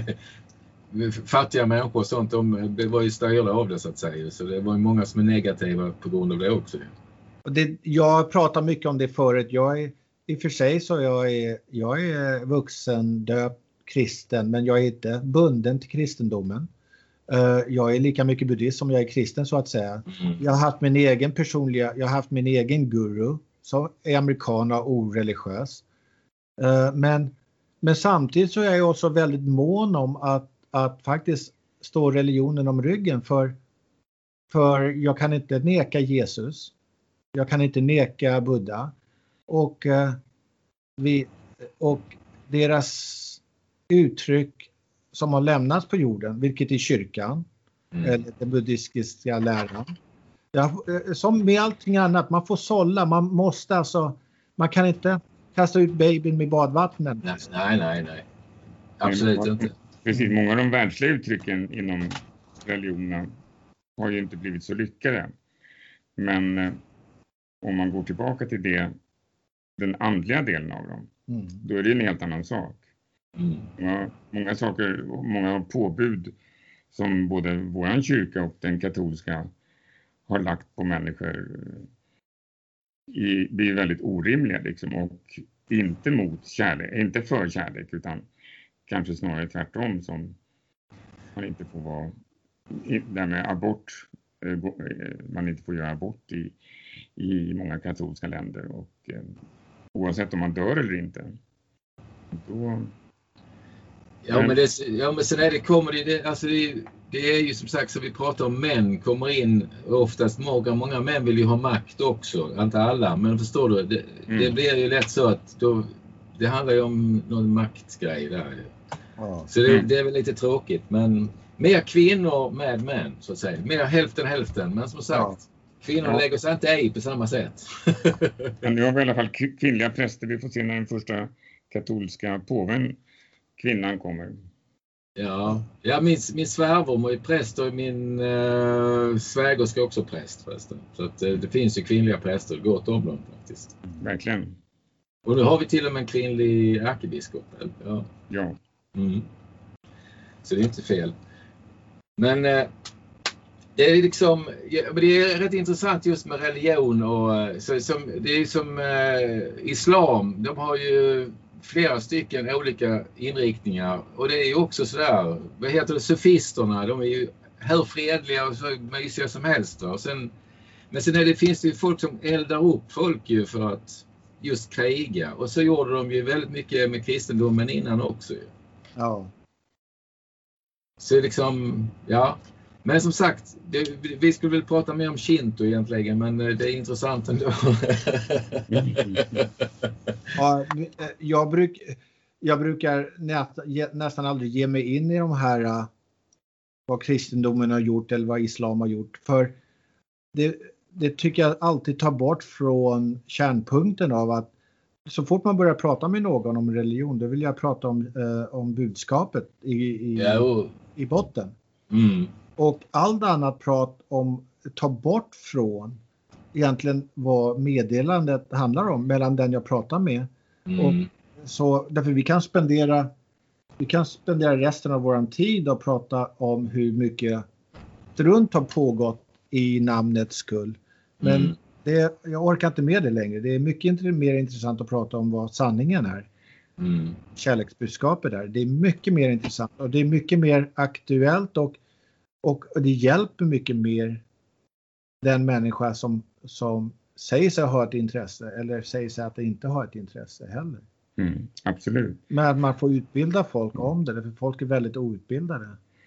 fattiga människor och sånt, de var ju styrda av det så att säga. Så det var ju många som är negativa på grund av det också. Och det, jag pratar mycket om det förut. Jag är, i och för sig så jag är jag är vuxen, döpt, kristen, men jag är inte bunden till kristendomen. Uh, jag är lika mycket buddhist som jag är kristen så att säga. Mm. Jag har haft min egen personliga, jag har haft min egen guru som är amerikan och oreligiös. Uh, men, men samtidigt så är jag också väldigt mån om att, att faktiskt stå religionen om ryggen för, för jag kan inte neka Jesus. Jag kan inte neka Buddha. Och, uh, vi, och deras uttryck som har lämnats på jorden, vilket är kyrkan mm. eller den buddhistiska läran. Ja, som med allting annat, man får sålla, man måste alltså, man kan inte kasta ut babyn med badvattnet. Nej, nej, nej, nej. Absolut Men, inte. Precis, många av de världsliga uttrycken inom religionerna har ju inte blivit så lyckade. Men eh, om man går tillbaka till det, den andliga delen av dem, mm. då är det en helt annan sak. Mm. Ja, många saker, många påbud som både våran kyrka och den katolska har lagt på människor i, blir väldigt orimliga liksom, och inte mot kärlek, inte för kärlek utan kanske snarare tvärtom, som man inte får vara, där med abort, man inte får göra abort i, i många katolska länder och oavsett om man dör eller inte. Då Ja, men, det, ja, men sen är det, kommer det, det, alltså det, det är ju som sagt, så vi pratar om män kommer in, oftast många, många män vill ju ha makt också, inte alla, men förstår du, det, mm. det blir ju lätt så att då, det handlar ju om någon maktgrej där. Ja. Så det, det är väl lite tråkigt, men mer kvinnor med män så att säga, mer hälften hälften, men som sagt, ja. Kvinnor ja. lägger sig inte i på samma sätt. Men nu har vi i alla fall kvinnliga präster, vi får se när den första katolska påven kvinnan kommer. Ja, ja min, min svärmor är präst och min äh, svägerska också präst förresten. Så att, äh, det finns ju kvinnliga präster, gott om dem faktiskt. Verkligen. Och nu har vi till och med en kvinnlig ärkebiskop. Ja. Ja. Mm. Så det är inte fel. Men äh, det är liksom, ja, det är rätt intressant just med religion och så, som, det är som äh, islam, de har ju flera stycken olika inriktningar och det är ju också sådär, vad heter det, sufisterna, de är ju hur fredliga och så mysiga som helst. Och sen, men sen är det, finns det ju folk som eldar upp folk ju för att just kriga och så gjorde de ju väldigt mycket med kristendomen innan också ju. Ja. Så liksom, ja. Men som sagt, det, vi skulle väl prata mer om Shinto egentligen, men det är intressant ändå. Ja, jag, bruk, jag brukar nä, nästan aldrig ge mig in i de här vad kristendomen har gjort eller vad islam har gjort. För det, det tycker jag alltid tar bort från kärnpunkten av att så fort man börjar prata med någon om religion, då vill jag prata om, eh, om budskapet i, i, ja, i botten. Mm. Och allt annat prat om ta bort från egentligen vad meddelandet handlar om mellan den jag pratar med. Mm. Och så därför vi kan spendera vi kan spendera resten av våran tid och prata om hur mycket strunt har pågått i namnets skull. Men Mm. det, jag orkar inte med det längre. Det är mycket mer intressant att prata om vad sanningen är. Mm. Kärleksbudskapet där. Det är mycket mer intressant och det är mycket mer aktuellt och, och det hjälper mycket mer den människa som, som säger sig ha ett intresse eller säger sig att det inte har ett intresse heller. Mm, absolut. Men man får utbilda folk om det, för folk är väldigt outbildade.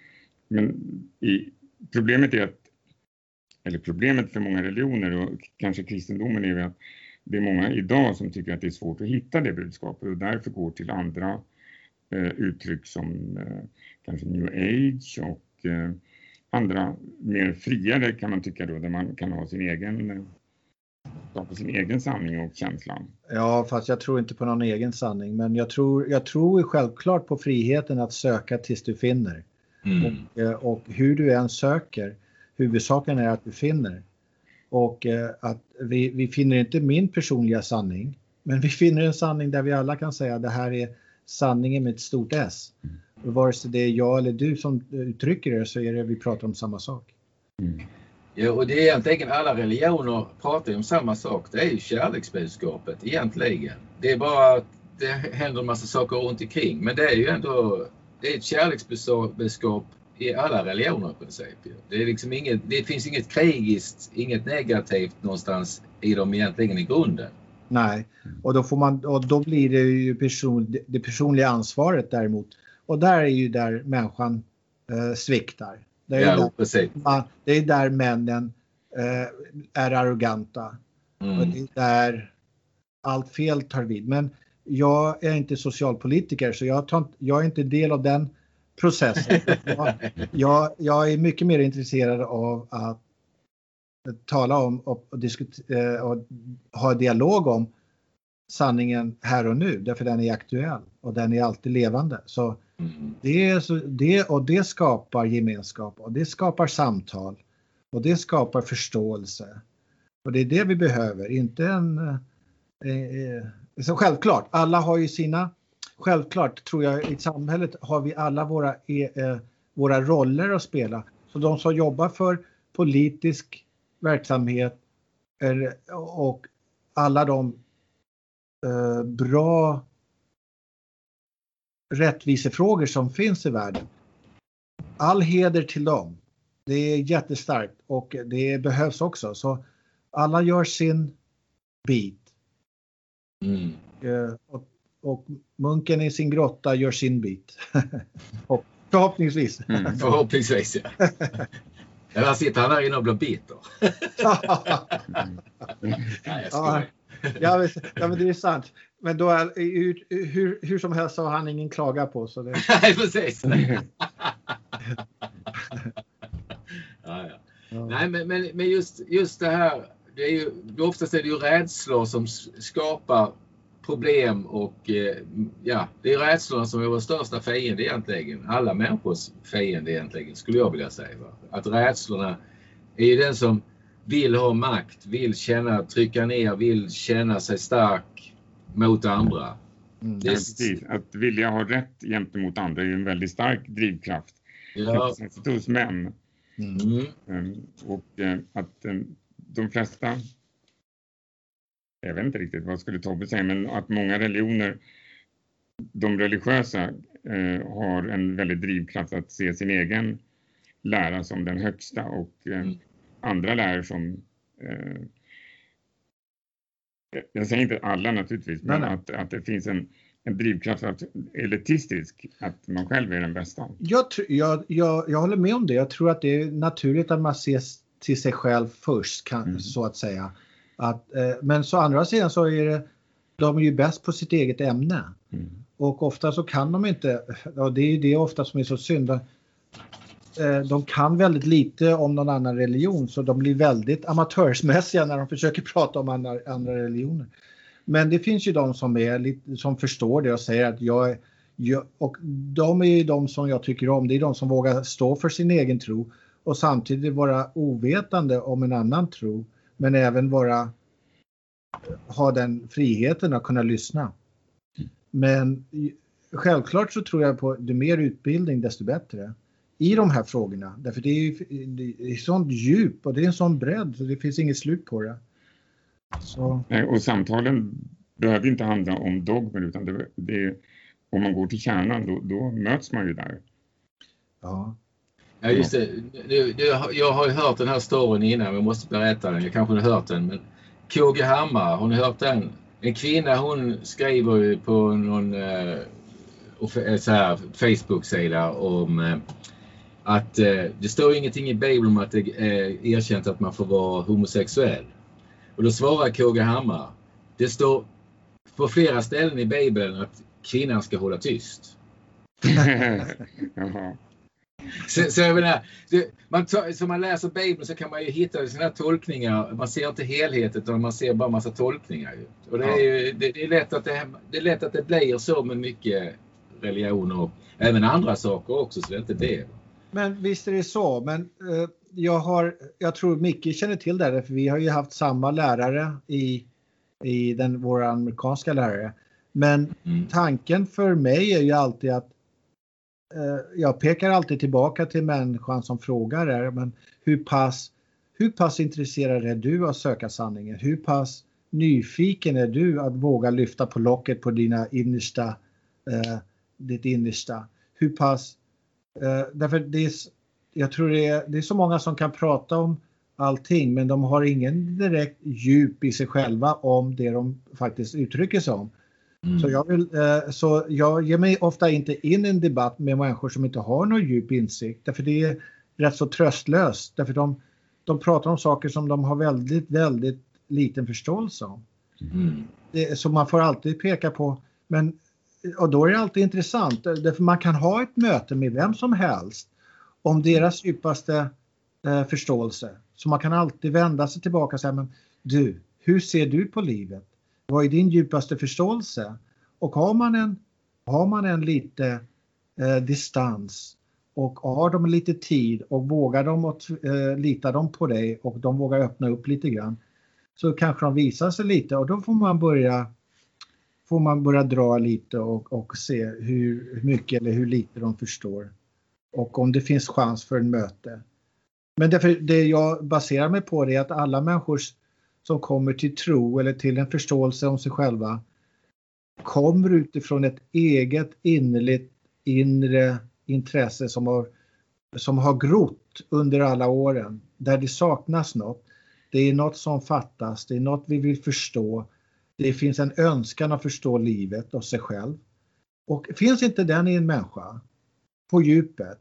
Men i, problemet är att, eller problemet för många religioner och kanske kristendomen är att det är många idag som tycker att det är svårt att hitta det budskapet och därför går till andra eh, uttryck som eh, kanske New Age och eh, andra mer friare kan man tycka då, där man kan ha sin egen eh, skapa sin egen sanning och känsla. Ja, fast jag tror inte på någon egen sanning, men jag tror, jag tror självklart på friheten att söka tills du finner. Mm. Och, eh, och hur du än söker, huvudsaken är att du finner. Och eh, att vi, vi finner inte min personliga sanning, men vi finner en sanning där vi alla kan säga att det här är sanningen med ett stort S. Mm. Och vare sig det är jag eller du som uttrycker det så är det vi pratar om samma sak. Mm. Ja, och det är egentligen alla religioner pratar ju om samma sak. Det är ju kärleksbudskapet egentligen. Det är bara att det händer en massa saker runt omkring. Men det är ju ändå det är ett kärleksbudskap i alla religioner i princip. Det, är liksom inget, det finns inget krigiskt, inget negativt någonstans i dem egentligen i grunden. Nej, och då, får man, och då blir det ju person, det personliga ansvaret däremot. Och där är ju där människan eh, sviktar. Det är, Ja, där, precis. man, det är där männen eh, är arroganta. Mm. Och det är där allt fel tar vid. Men jag är inte socialpolitiker så jag, tar, jag är inte del av den processen. jag, jag, jag är mycket mer intresserad av att tala om och, och, diskutera, och ha dialog om sanningen här och nu. Därför den är aktuell och den är alltid levande. Så Mm. det, är så, det, och det skapar gemenskap och det skapar samtal och det skapar förståelse. Och det är det vi behöver, inte en... Eh, eh, så självklart, alla har ju sina... Självklart tror jag i samhället har vi alla våra, eh, våra roller att spela. Så de som jobbar för politisk verksamhet är, och alla de eh, bra rättvisefrågor som finns i världen. All heder till dem. Det är jättestarkt och det behövs också. Så alla gör sin bit. Mm. Eh, och, och munken i sin grotta gör sin bit. och, förhoppningsvis. Mm. Förhoppningsvis, ja. Eller sitter han där inne och blir bitter. Nej, jag skojar. Ja, men, ja, men det är sant. Men då är, hur, hur, hur som helst har han ingen klaga på. Så det... Nej, precis. ja, ja. Ja. Nej, men, men, men just, just det här, det är ju, oftast är det ju rädslor som skapar problem och eh, ja, det är rädslorna som är vår största fiende egentligen. Alla människors fiende egentligen, skulle jag vilja säga. Va? Att rädslorna är ju den som vill ha makt, vill känna, trycka ner, vill känna sig stark mot andra. Mm. Ja, precis. Att vilja ha rätt gentemot andra är ju en väldigt stark drivkraft. Ja. Särskilt hos män. Mm. Um, och uh, att um, de flesta, jag vet inte riktigt vad skulle Tobbe säga, men att många religioner, de religiösa uh, har en väldigt drivkraft att se sin egen lära som den högsta och uh, Mm. andra lärare som uh, jag säger inte alla naturligtvis, men Nej, nej. Att, att det finns en, en drivkraft att, elitistisk, att man själv är den bästa. Jag, tr- jag, jag, jag håller med om det. Jag tror att det är naturligt att man ser till sig själv först, kan, Mm. så att säga. Att, eh, men så andra sidan så är det, de är ju bäst på sitt eget ämne. Mm. Och ofta så kan de inte, och det är ju det ofta som är så synd. Eh, de kan väldigt lite om någon annan religion, så de blir väldigt amatörsmässiga när de försöker prata om andra, andra religioner. Men det finns ju de som, är lite, som förstår det och säger att jag, Ja, och de är ju de som jag tycker om. Det är de som vågar stå för sin egen tro och samtidigt vara ovetande om en annan tro. Men även vara, ha den friheten att kunna lyssna. Men självklart så tror jag på ju mer utbildning desto bättre i de här frågorna. Därför det är ju det är sånt djup och det är en sån bredd så det finns inget slut på det. Så. Och samtalen behöver inte handla om dogmer utan det, det, om man går till kärnan då, då möts man ju där. Ja. Ja just det. Du, du, jag har ju hört den här storyn innan, jag måste berätta den. Jag kanske har hört den, men K G Hammar, har ni hört den? En kvinna, hon skriver ju på någon eh, så här Facebook-sida om eh, att eh, det står ingenting i Bibeln om att det är erkänt att man får vara homosexuell. Och då svarar K G Hammar, det står på flera ställen i Bibeln att kvinnan ska hålla tyst. Jaha. Så, så jag menar, det, man tar, så man läser Bibeln så kan man ju hitta sina tolkningar. Man ser inte helheten utan man ser bara massa tolkningar. Och det är, ju, det, det, är lätt att det, det är lätt att det blir så med mycket religion och även andra saker också. Så det är inte det. Men visst är det så. Men eh, jag, har, jag tror Micke känner till det. För vi har ju haft samma lärare i, i den, våra amerikanska lärare. Men mm. tanken för mig är ju alltid att jag pekar alltid tillbaka till människan som frågar är, men hur pass, hur pass intresserad är du att söka sanningen? Hur pass nyfiken är du att våga lyfta på locket på dina innersta, eh, ditt innersta? Hur pass, eh, därför det är, jag tror det är, det är så många som kan prata om allting men de har ingen direkt djup i sig själva om det de faktiskt uttrycker sig om. Mm. Så, jag vill, eh, så jag ger mig ofta inte in i en debatt med människor som inte har någon djup insikt. Därför det är rätt så tröstlöst. Därför de, de pratar om saker som de har väldigt, väldigt liten förståelse om. Mm. Det, så man får alltid peka på. Men, och då är det alltid intressant. Därför man kan ha ett möte med vem som helst om deras djupaste eh, förståelse. Så man kan alltid vända sig tillbaka och säga, men du, hur ser du på livet? Vad är din djupaste förståelse? Och har man en, har man en lite eh, distans och har de lite tid och vågar de att eh, lita dem på dig och de vågar öppna upp lite grann så kanske de visar sig lite och då får man börja får man börja dra lite och, och se hur mycket eller hur lite de förstår och om det finns chans för en möte. Men därför, det jag baserar mig på det är att alla människor som kommer till tro eller till en förståelse om sig själva kommer utifrån ett eget innerligt inre intresse som har, som har grott under alla åren. Där det saknas något. Det är något som fattas. Det är något vi vill förstå. Det finns en önskan att förstå livet och sig själv. Och finns inte den i en människa på djupet,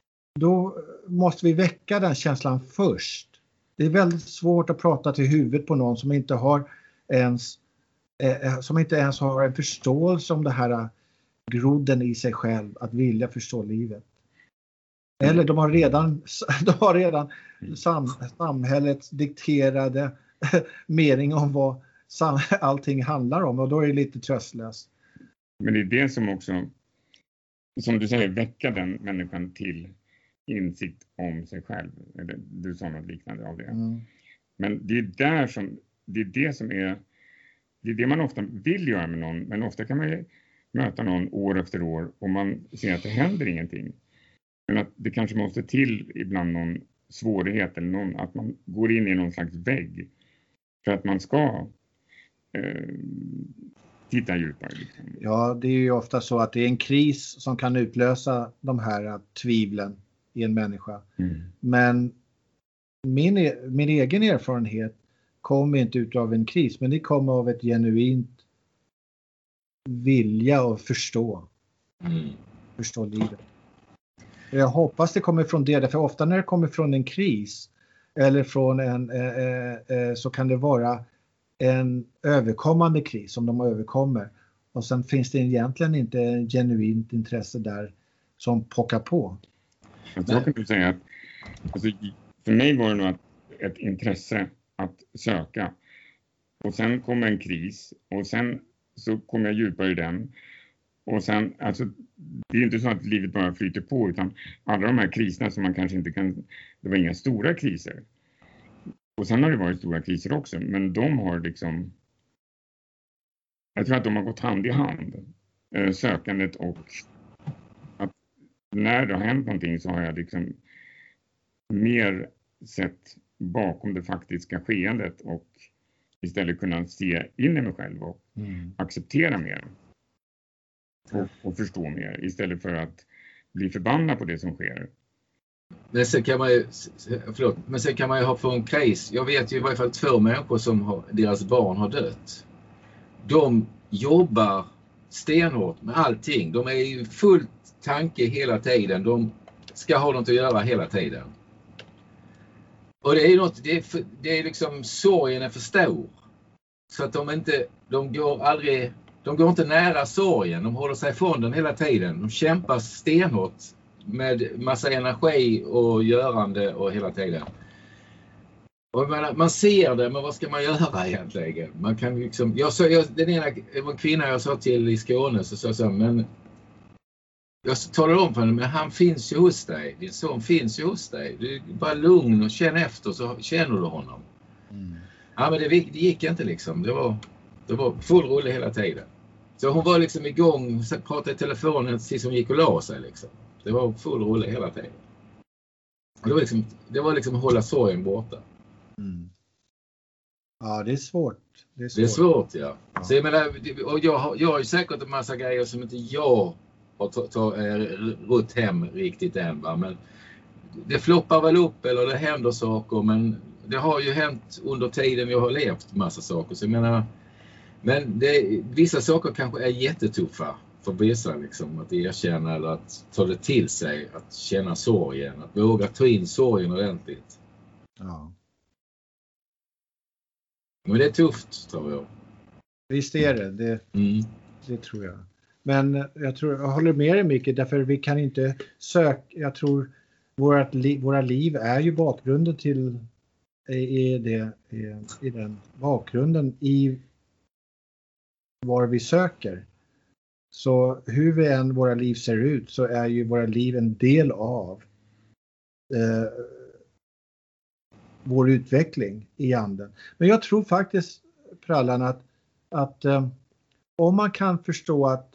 då måste vi väcka den känslan först. Det är väldigt svårt att prata till huvudet på någon som inte har ens, eh, som inte ens har en förståelse om det här grodden i sig själv, att vilja förstå livet. Eller de har redan, de har redan sam, samhällets dikterade mening om vad sam, allting handlar om och då är det lite tröstlöst. Men det är det som också, som du säger, väcka den människan till insikt om sig själv. Eller du sa något liknande av det. Mm. Men det är där som, det är det som är, det är det man ofta vill göra med någon. Men ofta kan man ju möta någon år efter år och man ser att det händer ingenting. Men att det kanske måste till ibland någon svårighet eller någon, att man går in i någon slags vägg för att man ska eh, titta djupare. Liksom. Ja, det är ju ofta så att det är en kris som kan utlösa de här tvivlen i en människa. Mm. Men min, min egen erfarenhet kommer inte ut av en kris, men det kommer av ett genuint vilja att förstå. Mm. Förstå livet. Jag hoppas det kommer från det, för ofta när det kommer från en kris eller från en eh, eh, så kan det vara en överkommande kris som de överkommer. Och sen finns det egentligen inte en genuint intresse där som pockar på. Jag kan inte säga att alltså, för mig var det nog ett intresse att söka. Och sen kom en kris och sen så kom jag djupare i den. Och sen, alltså, det är inte så att livet bara flyter på, utan alla de här kriserna som man kanske inte kan, det var inga stora kriser. Och sen har det varit stora kriser också, men de har liksom, jag tror att de har gått hand i hand, eh, sökandet och att när det har hänt någonting så har jag liksom mer sett bakom det faktiska skeendet och istället kunna se in i mig själv och mm. acceptera mer. Och, och förstå mer istället för att bli förbannad på det som sker. Men sen kan man ju, förlåt, men sen kan man ju ha för en kris. Jag vet ju i varje fall två människor som har, deras barn har dött. De jobbar stenhårt med allting. De är ju fullt tanke hela tiden. De ska ha något att göra hela tiden. Och det är ju något, det är, för, det är liksom sorgen är för stor. Så att de inte, de går aldrig, de går inte nära sorgen. De håller sig ifrån den hela tiden. De kämpar stenhårt med massa energi och görande och hela tiden. Och jag menar, man ser det, men vad ska man göra egentligen? Man kan liksom, jag sa, jag, den ena en kvinna jag sa till i Skåne så sa jag, men jag talade om för henne, men han finns ju hos dig. Din son finns ju hos dig. Du är bara lugn och känn efter så känner du honom. Mm. Ja, men det, det gick inte liksom. Det var, det var full rulle hela tiden. Så hon var liksom igång, pratade i telefonen tills hon gick och la sig liksom. Det var full rulle hela tiden. Och det var liksom, det var liksom att hålla sorgen borta. Mm. Ja, det är svårt. Det är svårt, det är svårt ja. ja. Så jag menar, och jag har, jag har ju säkert en massa grejer som inte jag har ta, ta, rutt hem riktigt än, va? Men det floppar väl upp eller det händer saker, men det har ju hänt under tiden jag har levt massa saker. Så jag menar, men det, vissa saker kanske är jättetuffa för vissa liksom, att erkänna eller att ta det till sig, att känna sorgen, att våga ta in sorgen ordentligt. Ja. Men det är tufft, tror jag. Visst är det, det, mm. det tror jag. Men jag tror jag håller med dig mycket, därför vi kan inte söka, jag tror vårat li, våra liv är ju bakgrunden till i, det, i, i den bakgrunden i var vi söker. Så hur vi än våra liv ser ut så är ju våra liv en del av eh, vår utveckling i anden. Men jag tror faktiskt, Prallan, att, att eh, om man kan förstå att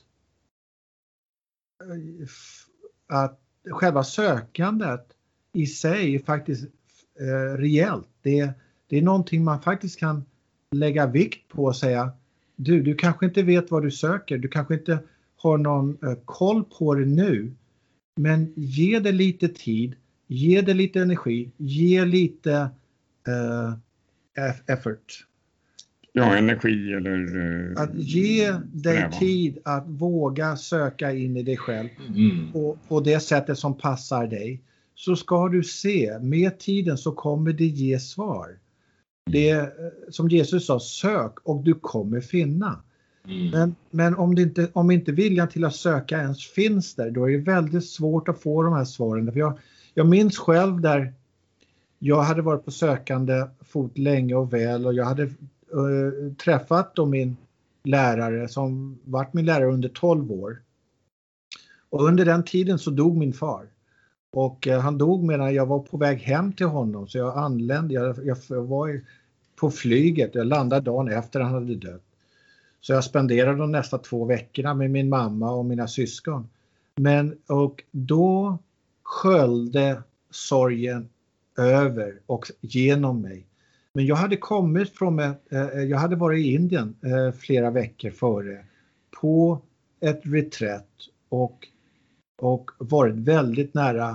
att själva sökandet i sig är faktiskt eh, reellt. Det, det är någonting man faktiskt kan lägga vikt på och säga, du, du kanske inte vet vad du söker, du kanske inte har någon eh, koll på det nu, men ge det lite tid, ge det lite energi, ge lite eh, effort. Ja, energi eller... Uh, att ge dig strävan. Tid att våga söka in i dig själv mm. på, på det sättet som passar dig. Så ska du se, med tiden så kommer det ge svar. Det som Jesus sa, sök och du kommer finna. Mm. Men, men om, det inte, om inte viljan till att söka ens finns där, då är det väldigt svårt att få de här svaren. För jag, jag minns själv där jag hade varit på sökande fot länge och väl, och jag hade Uh, träffat då min lärare som varit min lärare under tolv år. Och under den tiden så dog min far. Och uh, han dog medan jag var på väg hem till honom. Så jag anlände, jag, jag, jag var på flyget, jag landade dagen efter han hade dött. Så jag spenderade de nästa två veckorna med min mamma och mina syskon. Men och då sköljde sorgen över och genom mig. Men jag hade kommit från ett, eh, jag hade varit i Indien eh, flera veckor före på ett reträtt och, och varit väldigt nära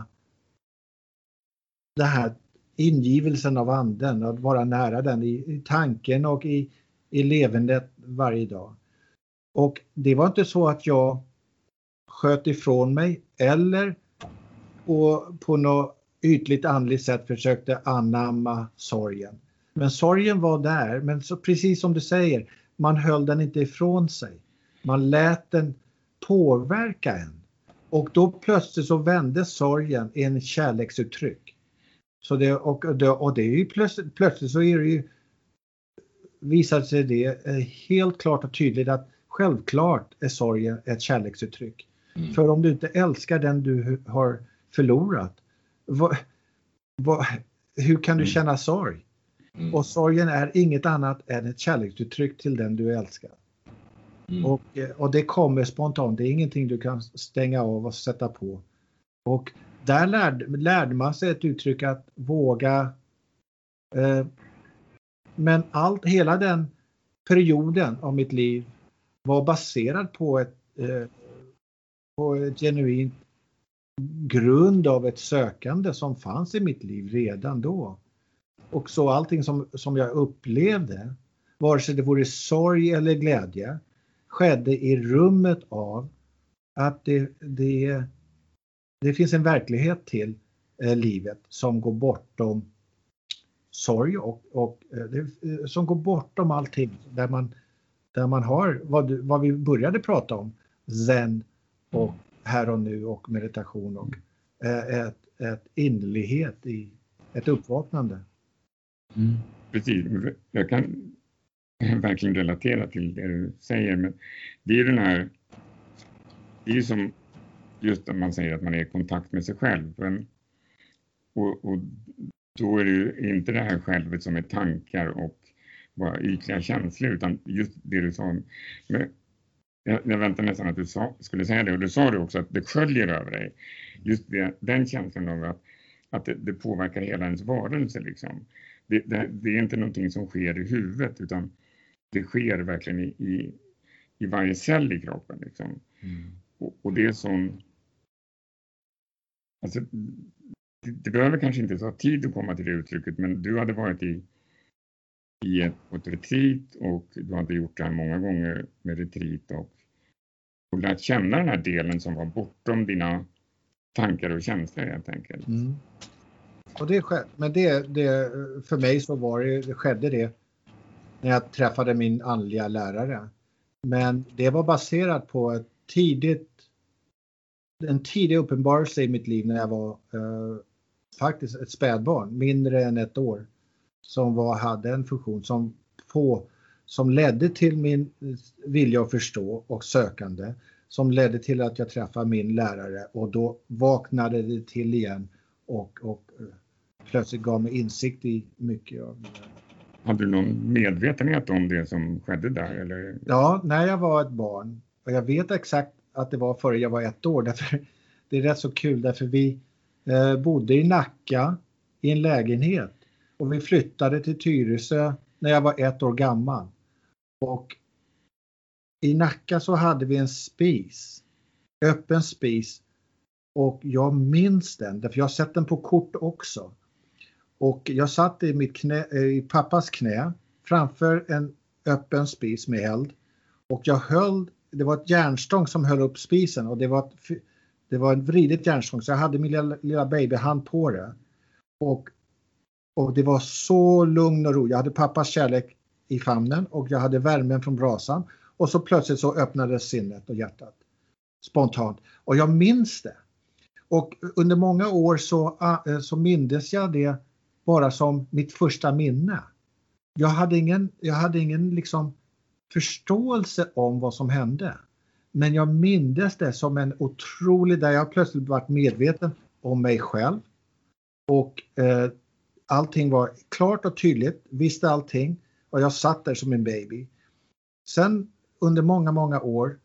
det här ingivelsen av anden, att vara nära den i, i tanken och i, i levandet varje dag. Och det var inte så att jag sköt ifrån mig eller och på något ytligt andligt sätt försökte anamma sorgen. Men sorgen var där, men så precis som du säger, man höll den inte ifrån sig. Man lät den påverka en. Och då plötsligt så vände sorgen i en kärleksuttryck. Så det, och, det, och det är ju plötsligt, plötsligt så är det ju, visar sig det helt klart och tydligt att självklart är sorgen ett kärleksuttryck. Mm. För om du inte älskar den du har förlorat, vad, vad, hur kan du Mm. känna sorg? Mm. Och sorgen är inget annat än ett kärleksuttryck till den du älskar. Mm. Och, och det kommer spontant, det är ingenting du kan stänga av och sätta på. Och där lärde, lärde man sig ett uttryck att våga. Eh, men allt, hela den perioden av mitt liv var baserad på ett, eh, på ett genuint grund av ett sökande som fanns i mitt liv redan då. Och så allting som, som jag upplevde, vare sig det vore sorg eller glädje, skedde i rummet av att det, det, det finns en verklighet till eh, livet som går bortom sorg och, och eh, det, som går bortom allting där man, där man har vad, du, vad vi började prata om, zen och här och nu och meditation och eh, ett, ett innerlighet i ett uppvaknande. Mm. Precis, jag kan verkligen relatera till det du säger, men det är den här, det är som just när man säger att man är i kontakt med sig själv, men, och, och då är det ju inte det här självet som är tankar och bara ytliga känslor, utan just det du sa. Men jag, jag väntar nästan att du sa, skulle säga det, och du sa det också, att det sköljer över dig. Just det, den känslan av att, att det, det påverkar hela ens varelse liksom. Det, det, det är inte någonting som sker i huvudet, utan det sker verkligen i, i, i varje cell i kroppen liksom. Mm. Och, och det är som, alltså, det, det behöver kanske inte ta tid att komma till det uttrycket, men du hade varit i, i ett, ett retreat, och du hade gjort det här många gånger med retreat, och, och lärt känna den här delen som var bortom dina tankar och känslor helt enkelt. Mm. Och det skedde, men det, det, för mig så var det, det skedde det när jag träffade min andliga lärare. Men det var baserat på ett tidigt, en tidig uppenbarelse i mitt liv när jag var eh, faktiskt ett spädbarn, mindre än ett år, som var, hade en funktion som, på, som ledde till min vilja att förstå och sökande, som ledde till att jag träffade min lärare, och då vaknade det till igen och, och plötsligt gav mig insikt i mycket av det. Hade du någon medvetenhet om det som skedde där? Eller? Ja, när jag var ett barn. Och jag vet exakt att det var före jag var ett år. Därför, det är rätt så kul, därför vi eh, bodde i Nacka i en lägenhet. Och vi flyttade till Tyresö när jag var ett år gammal. Och i Nacka så hade vi en spis. Öppen spis. Och jag minns den, därför jag har sett den på kort också. Och jag satt i, mitt knä, i pappas knä framför en öppen spis med eld. Och jag höll, det var ett järnstång som höll upp spisen, och det var ett, det var en vridet järnstång, så jag hade min lilla, lilla babyhand på det. Och, och det var så lugn och ro. Jag hade pappas kärlek i famnen och jag hade värmen från brasan. Och så plötsligt så öppnades sinnet och hjärtat spontant. Och jag minns det. Och under många år så, så mindes jag det bara som mitt första minne. Jag hade ingen, jag hade ingen liksom förståelse om vad som hände. Men jag mindes det som en otrolig, där jag plötsligt varit medveten om mig själv. Och eh, allting var klart och tydligt, visste allting. Och jag satt där som en baby. Sen under många, många år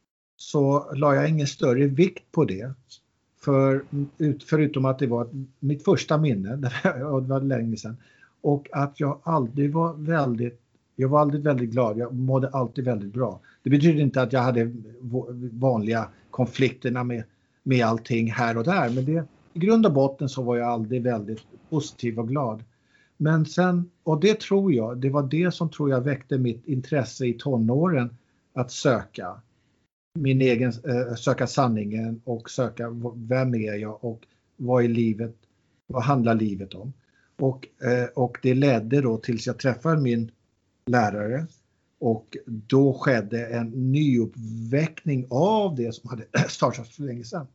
så la jag ingen större vikt på det. För, förutom att det var mitt första minne, det var länge sedan. Och att jag aldrig var väldigt, jag var aldrig väldigt glad, jag mådde alltid väldigt bra. Det betyder inte att jag hade vanliga konflikterna med, med allting här och där. Men det, i grund och botten så var jag aldrig väldigt positiv och glad. Men sen, och det tror jag, det var det som tror jag väckte mitt intresse i tonåren att söka. Min egen, äh, söka sanningen och söka vem är jag och vad är livet, vad handlar livet om. Och, äh, och det ledde då tills jag träffade min lärare, och då skedde en nyuppväckning av det som hade startat för länge sedan.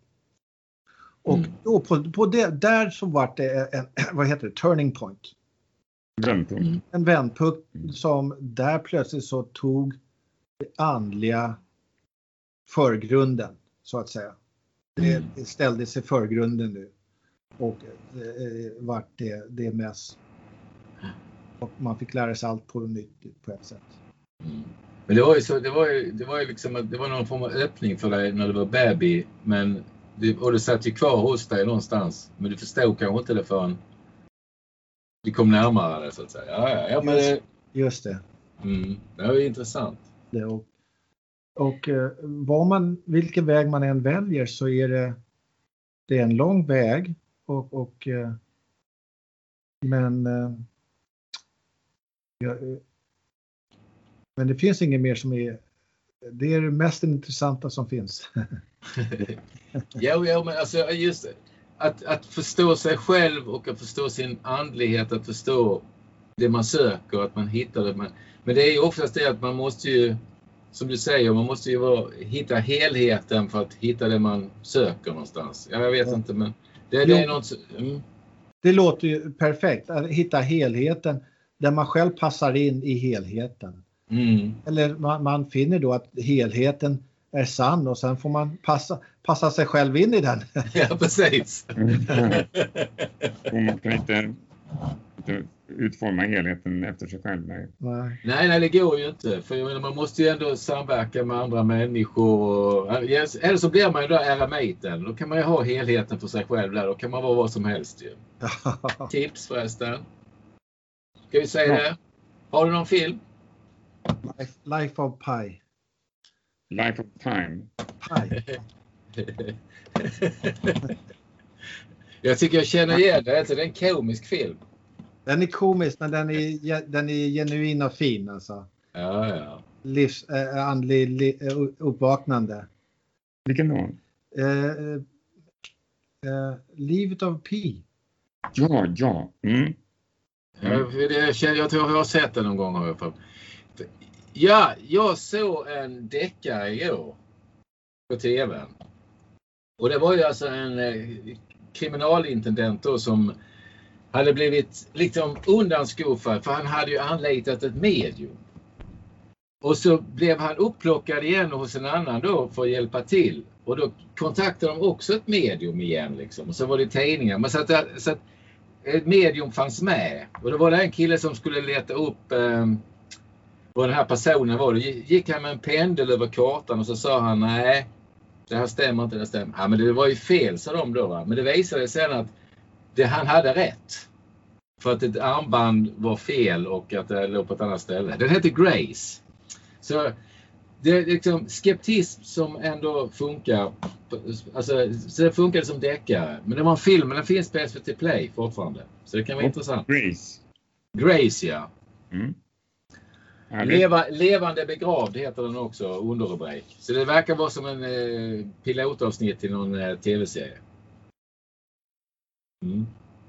Och mm. då på, på det, där så var det en, vad heter det, turning point. Vändpunkt. En vändpunkt som där plötsligt så tog andliga förgrunden, så att säga. Det, det ställde sig förgrunden nu. Och eh, vart det, det mest. Och man fick lära sig allt på nytt på ett sätt. Mm. Men det var ju så, det var ju, det var ju liksom att det var någon form av öppning för dig när du var baby, men du, och du satt ju kvar hos dig någonstans, men du förstod kanske inte det förrän du kom närmare det, så att säga. Ja, ja, ja, men just, just det. Mm, det var ju intressant. Det, och och eh, vad man, vilken väg man än väljer, så är det, det är en lång väg och, och eh, men eh, ja, men det finns inget mer som är, det är det mest intressanta som finns. ja, ja, men alltså just att, att förstå sig själv och att förstå sin andlighet, att förstå det man söker, att man hittar det. Men, men det är ju oftast det att man måste ju, som du säger, man måste ju vara, hitta helheten för att hitta det man söker någonstans. Ja, jag vet ja. inte, men det, det är något... Mm. Det låter ju perfekt, att hitta helheten där man själv passar in i helheten. Mm. Eller man, man finner då att helheten är sann och sen får man passa, passa sig själv in i den. Ja, precis. Och man kan inte, inte utforma helheten efter sig själv. Nej. Nej. nej, nej, det går ju inte. För jag menar, man måste ju ändå samverka med andra människor. Och, eller så blir man ju då eremiten. Då kan man ju ha helheten för sig själv där. Då kan man vara vad som helst ju. Tips förresten. Ska vi säga ja. det? Har du någon film? Life, Life of Pi. Life of Time. Pi. Jag tycker jag känner igen det. Det är en komisk film. Den är komisk, men den är, den är genuin och fin alltså. Ja, ja. Livs, äh, andlig li, äh, uppvaknande. Vilken då? Äh, äh, Livet av Pi. Ja, ja. Mm. Mm. Jag, jag, jag tror jag har sett den någon gång. Har jag för. Ja, jag såg en deckare igår på tvn. Och det var ju alltså en eh, kriminalintendent då som hade blivit liksom undanskuffad, för han hade ju anlitat ett medium. Och så blev han upplockad igen hos en annan då för att hjälpa till. Och då kontaktade de också ett medium igen liksom. Och så var det tidningar. Men så att, så att ett medium fanns med. Och då var det en kille som skulle leta upp eh, vad den här personen var. Då gick han med en pendel över kartan och så sa han nej, det här stämmer inte, det stämmer. Ja, men det var ju fel, sa de då, va? Men det visade sig sen att det, han hade rätt. För att ett armband var fel och att det låg på ett annat ställe. Den heter Grace. Så det är liksom skeptism som ändå funkar. Alltså, så det funkar som deckare. Men det var en film, men den finns på S V T Play fortfarande. Så det kan vara och intressant. Grace. Grace, ja. Mm. Leva, levande begravd heter den också, underrubrik. Så det verkar vara som en eh, pilotavsnitt till någon eh, tv-serie. Mm.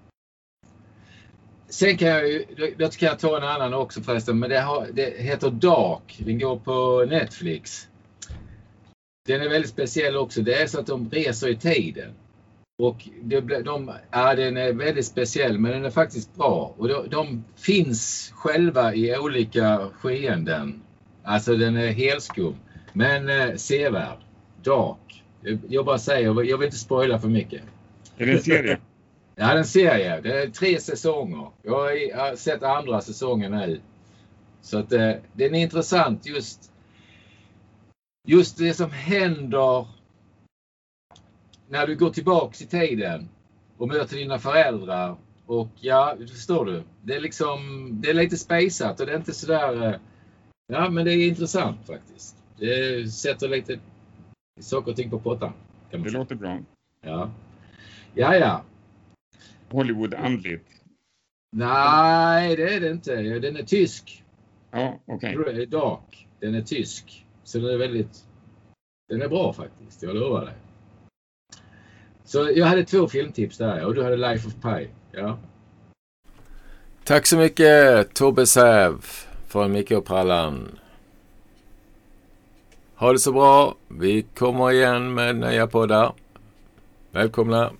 Sen kan jag ju, då kan jag ta en annan också förresten, men det, har, det heter Dark. Den går på Netflix. Den är väldigt speciell också. Det är så att de reser i tiden. Och det, de, ja, den är väldigt speciell, men den är faktiskt bra. Och de, de finns själva i olika skeenden. Alltså den är helskum. Men eh, sevärd. Dark. Jag, jag bara säger, jag vill inte spoila för mycket. Är det en serie? Ja, det är en serie. Det är tre säsonger. Jag har sett andra säsongen nu. Så att eh, den är intressant. Just, just det som händer när du går tillbaka i tiden och möter dina föräldrar. Och ja, förstår du. Det är liksom, det är lite spejsat och det är inte sådär. Ja, men det är intressant faktiskt. Det sätter lite saker och ting på pottan. Det säga. Låter bra. Ja. Ja, ja. Hollywood-andligt? Nej, det är det inte. Den är tysk. Ja, okej. Okay. Dark. Den är tysk. Så den är väldigt... Den är bra faktiskt, jag lovar dig. Så jag hade två filmtips där och du hade Life of Pi. Ja. Tack så mycket Tobbe Säv från Micke och Prallan. Ha det så bra. Vi kommer igen med nya poddar. Välkomna.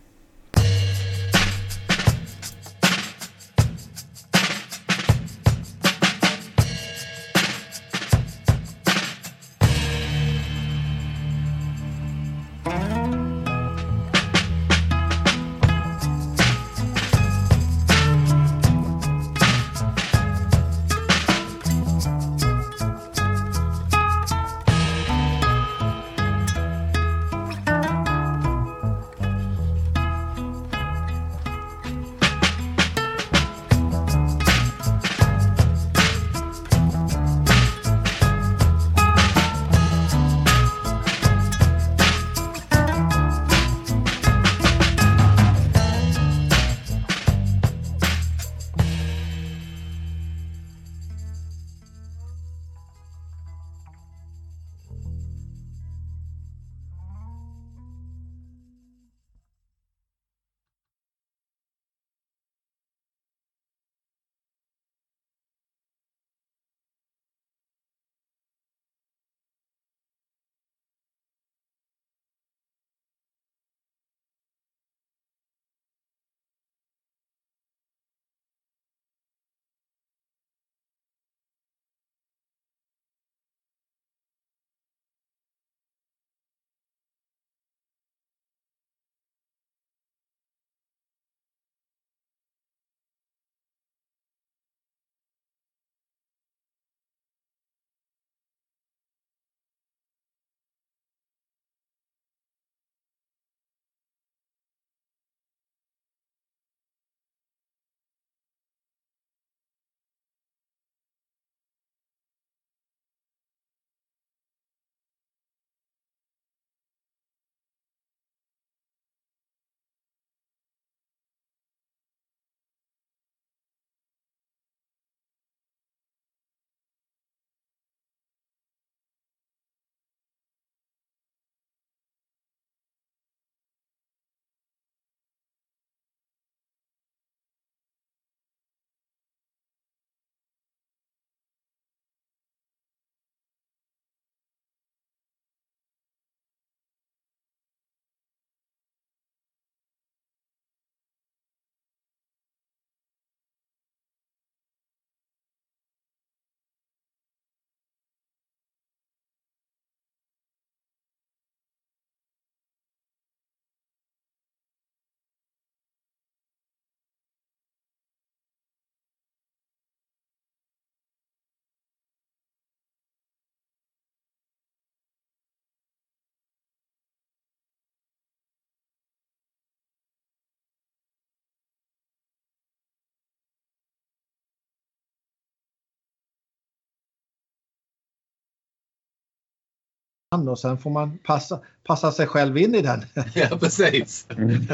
Och sen får man passa, passa sig själv in i den. Ja, precis.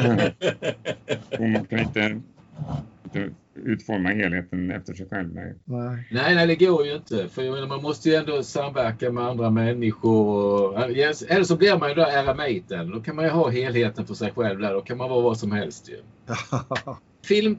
Och man kan inte, inte utforma helheten efter sig själv. Nej. Nej. nej, nej, det går ju inte. För jag menar, man måste ju ändå samverka med andra människor. Och, eller så blir man ju då eremiten. Då kan man ju ha helheten för sig själv där. Då kan man vara vad som helst ju. Film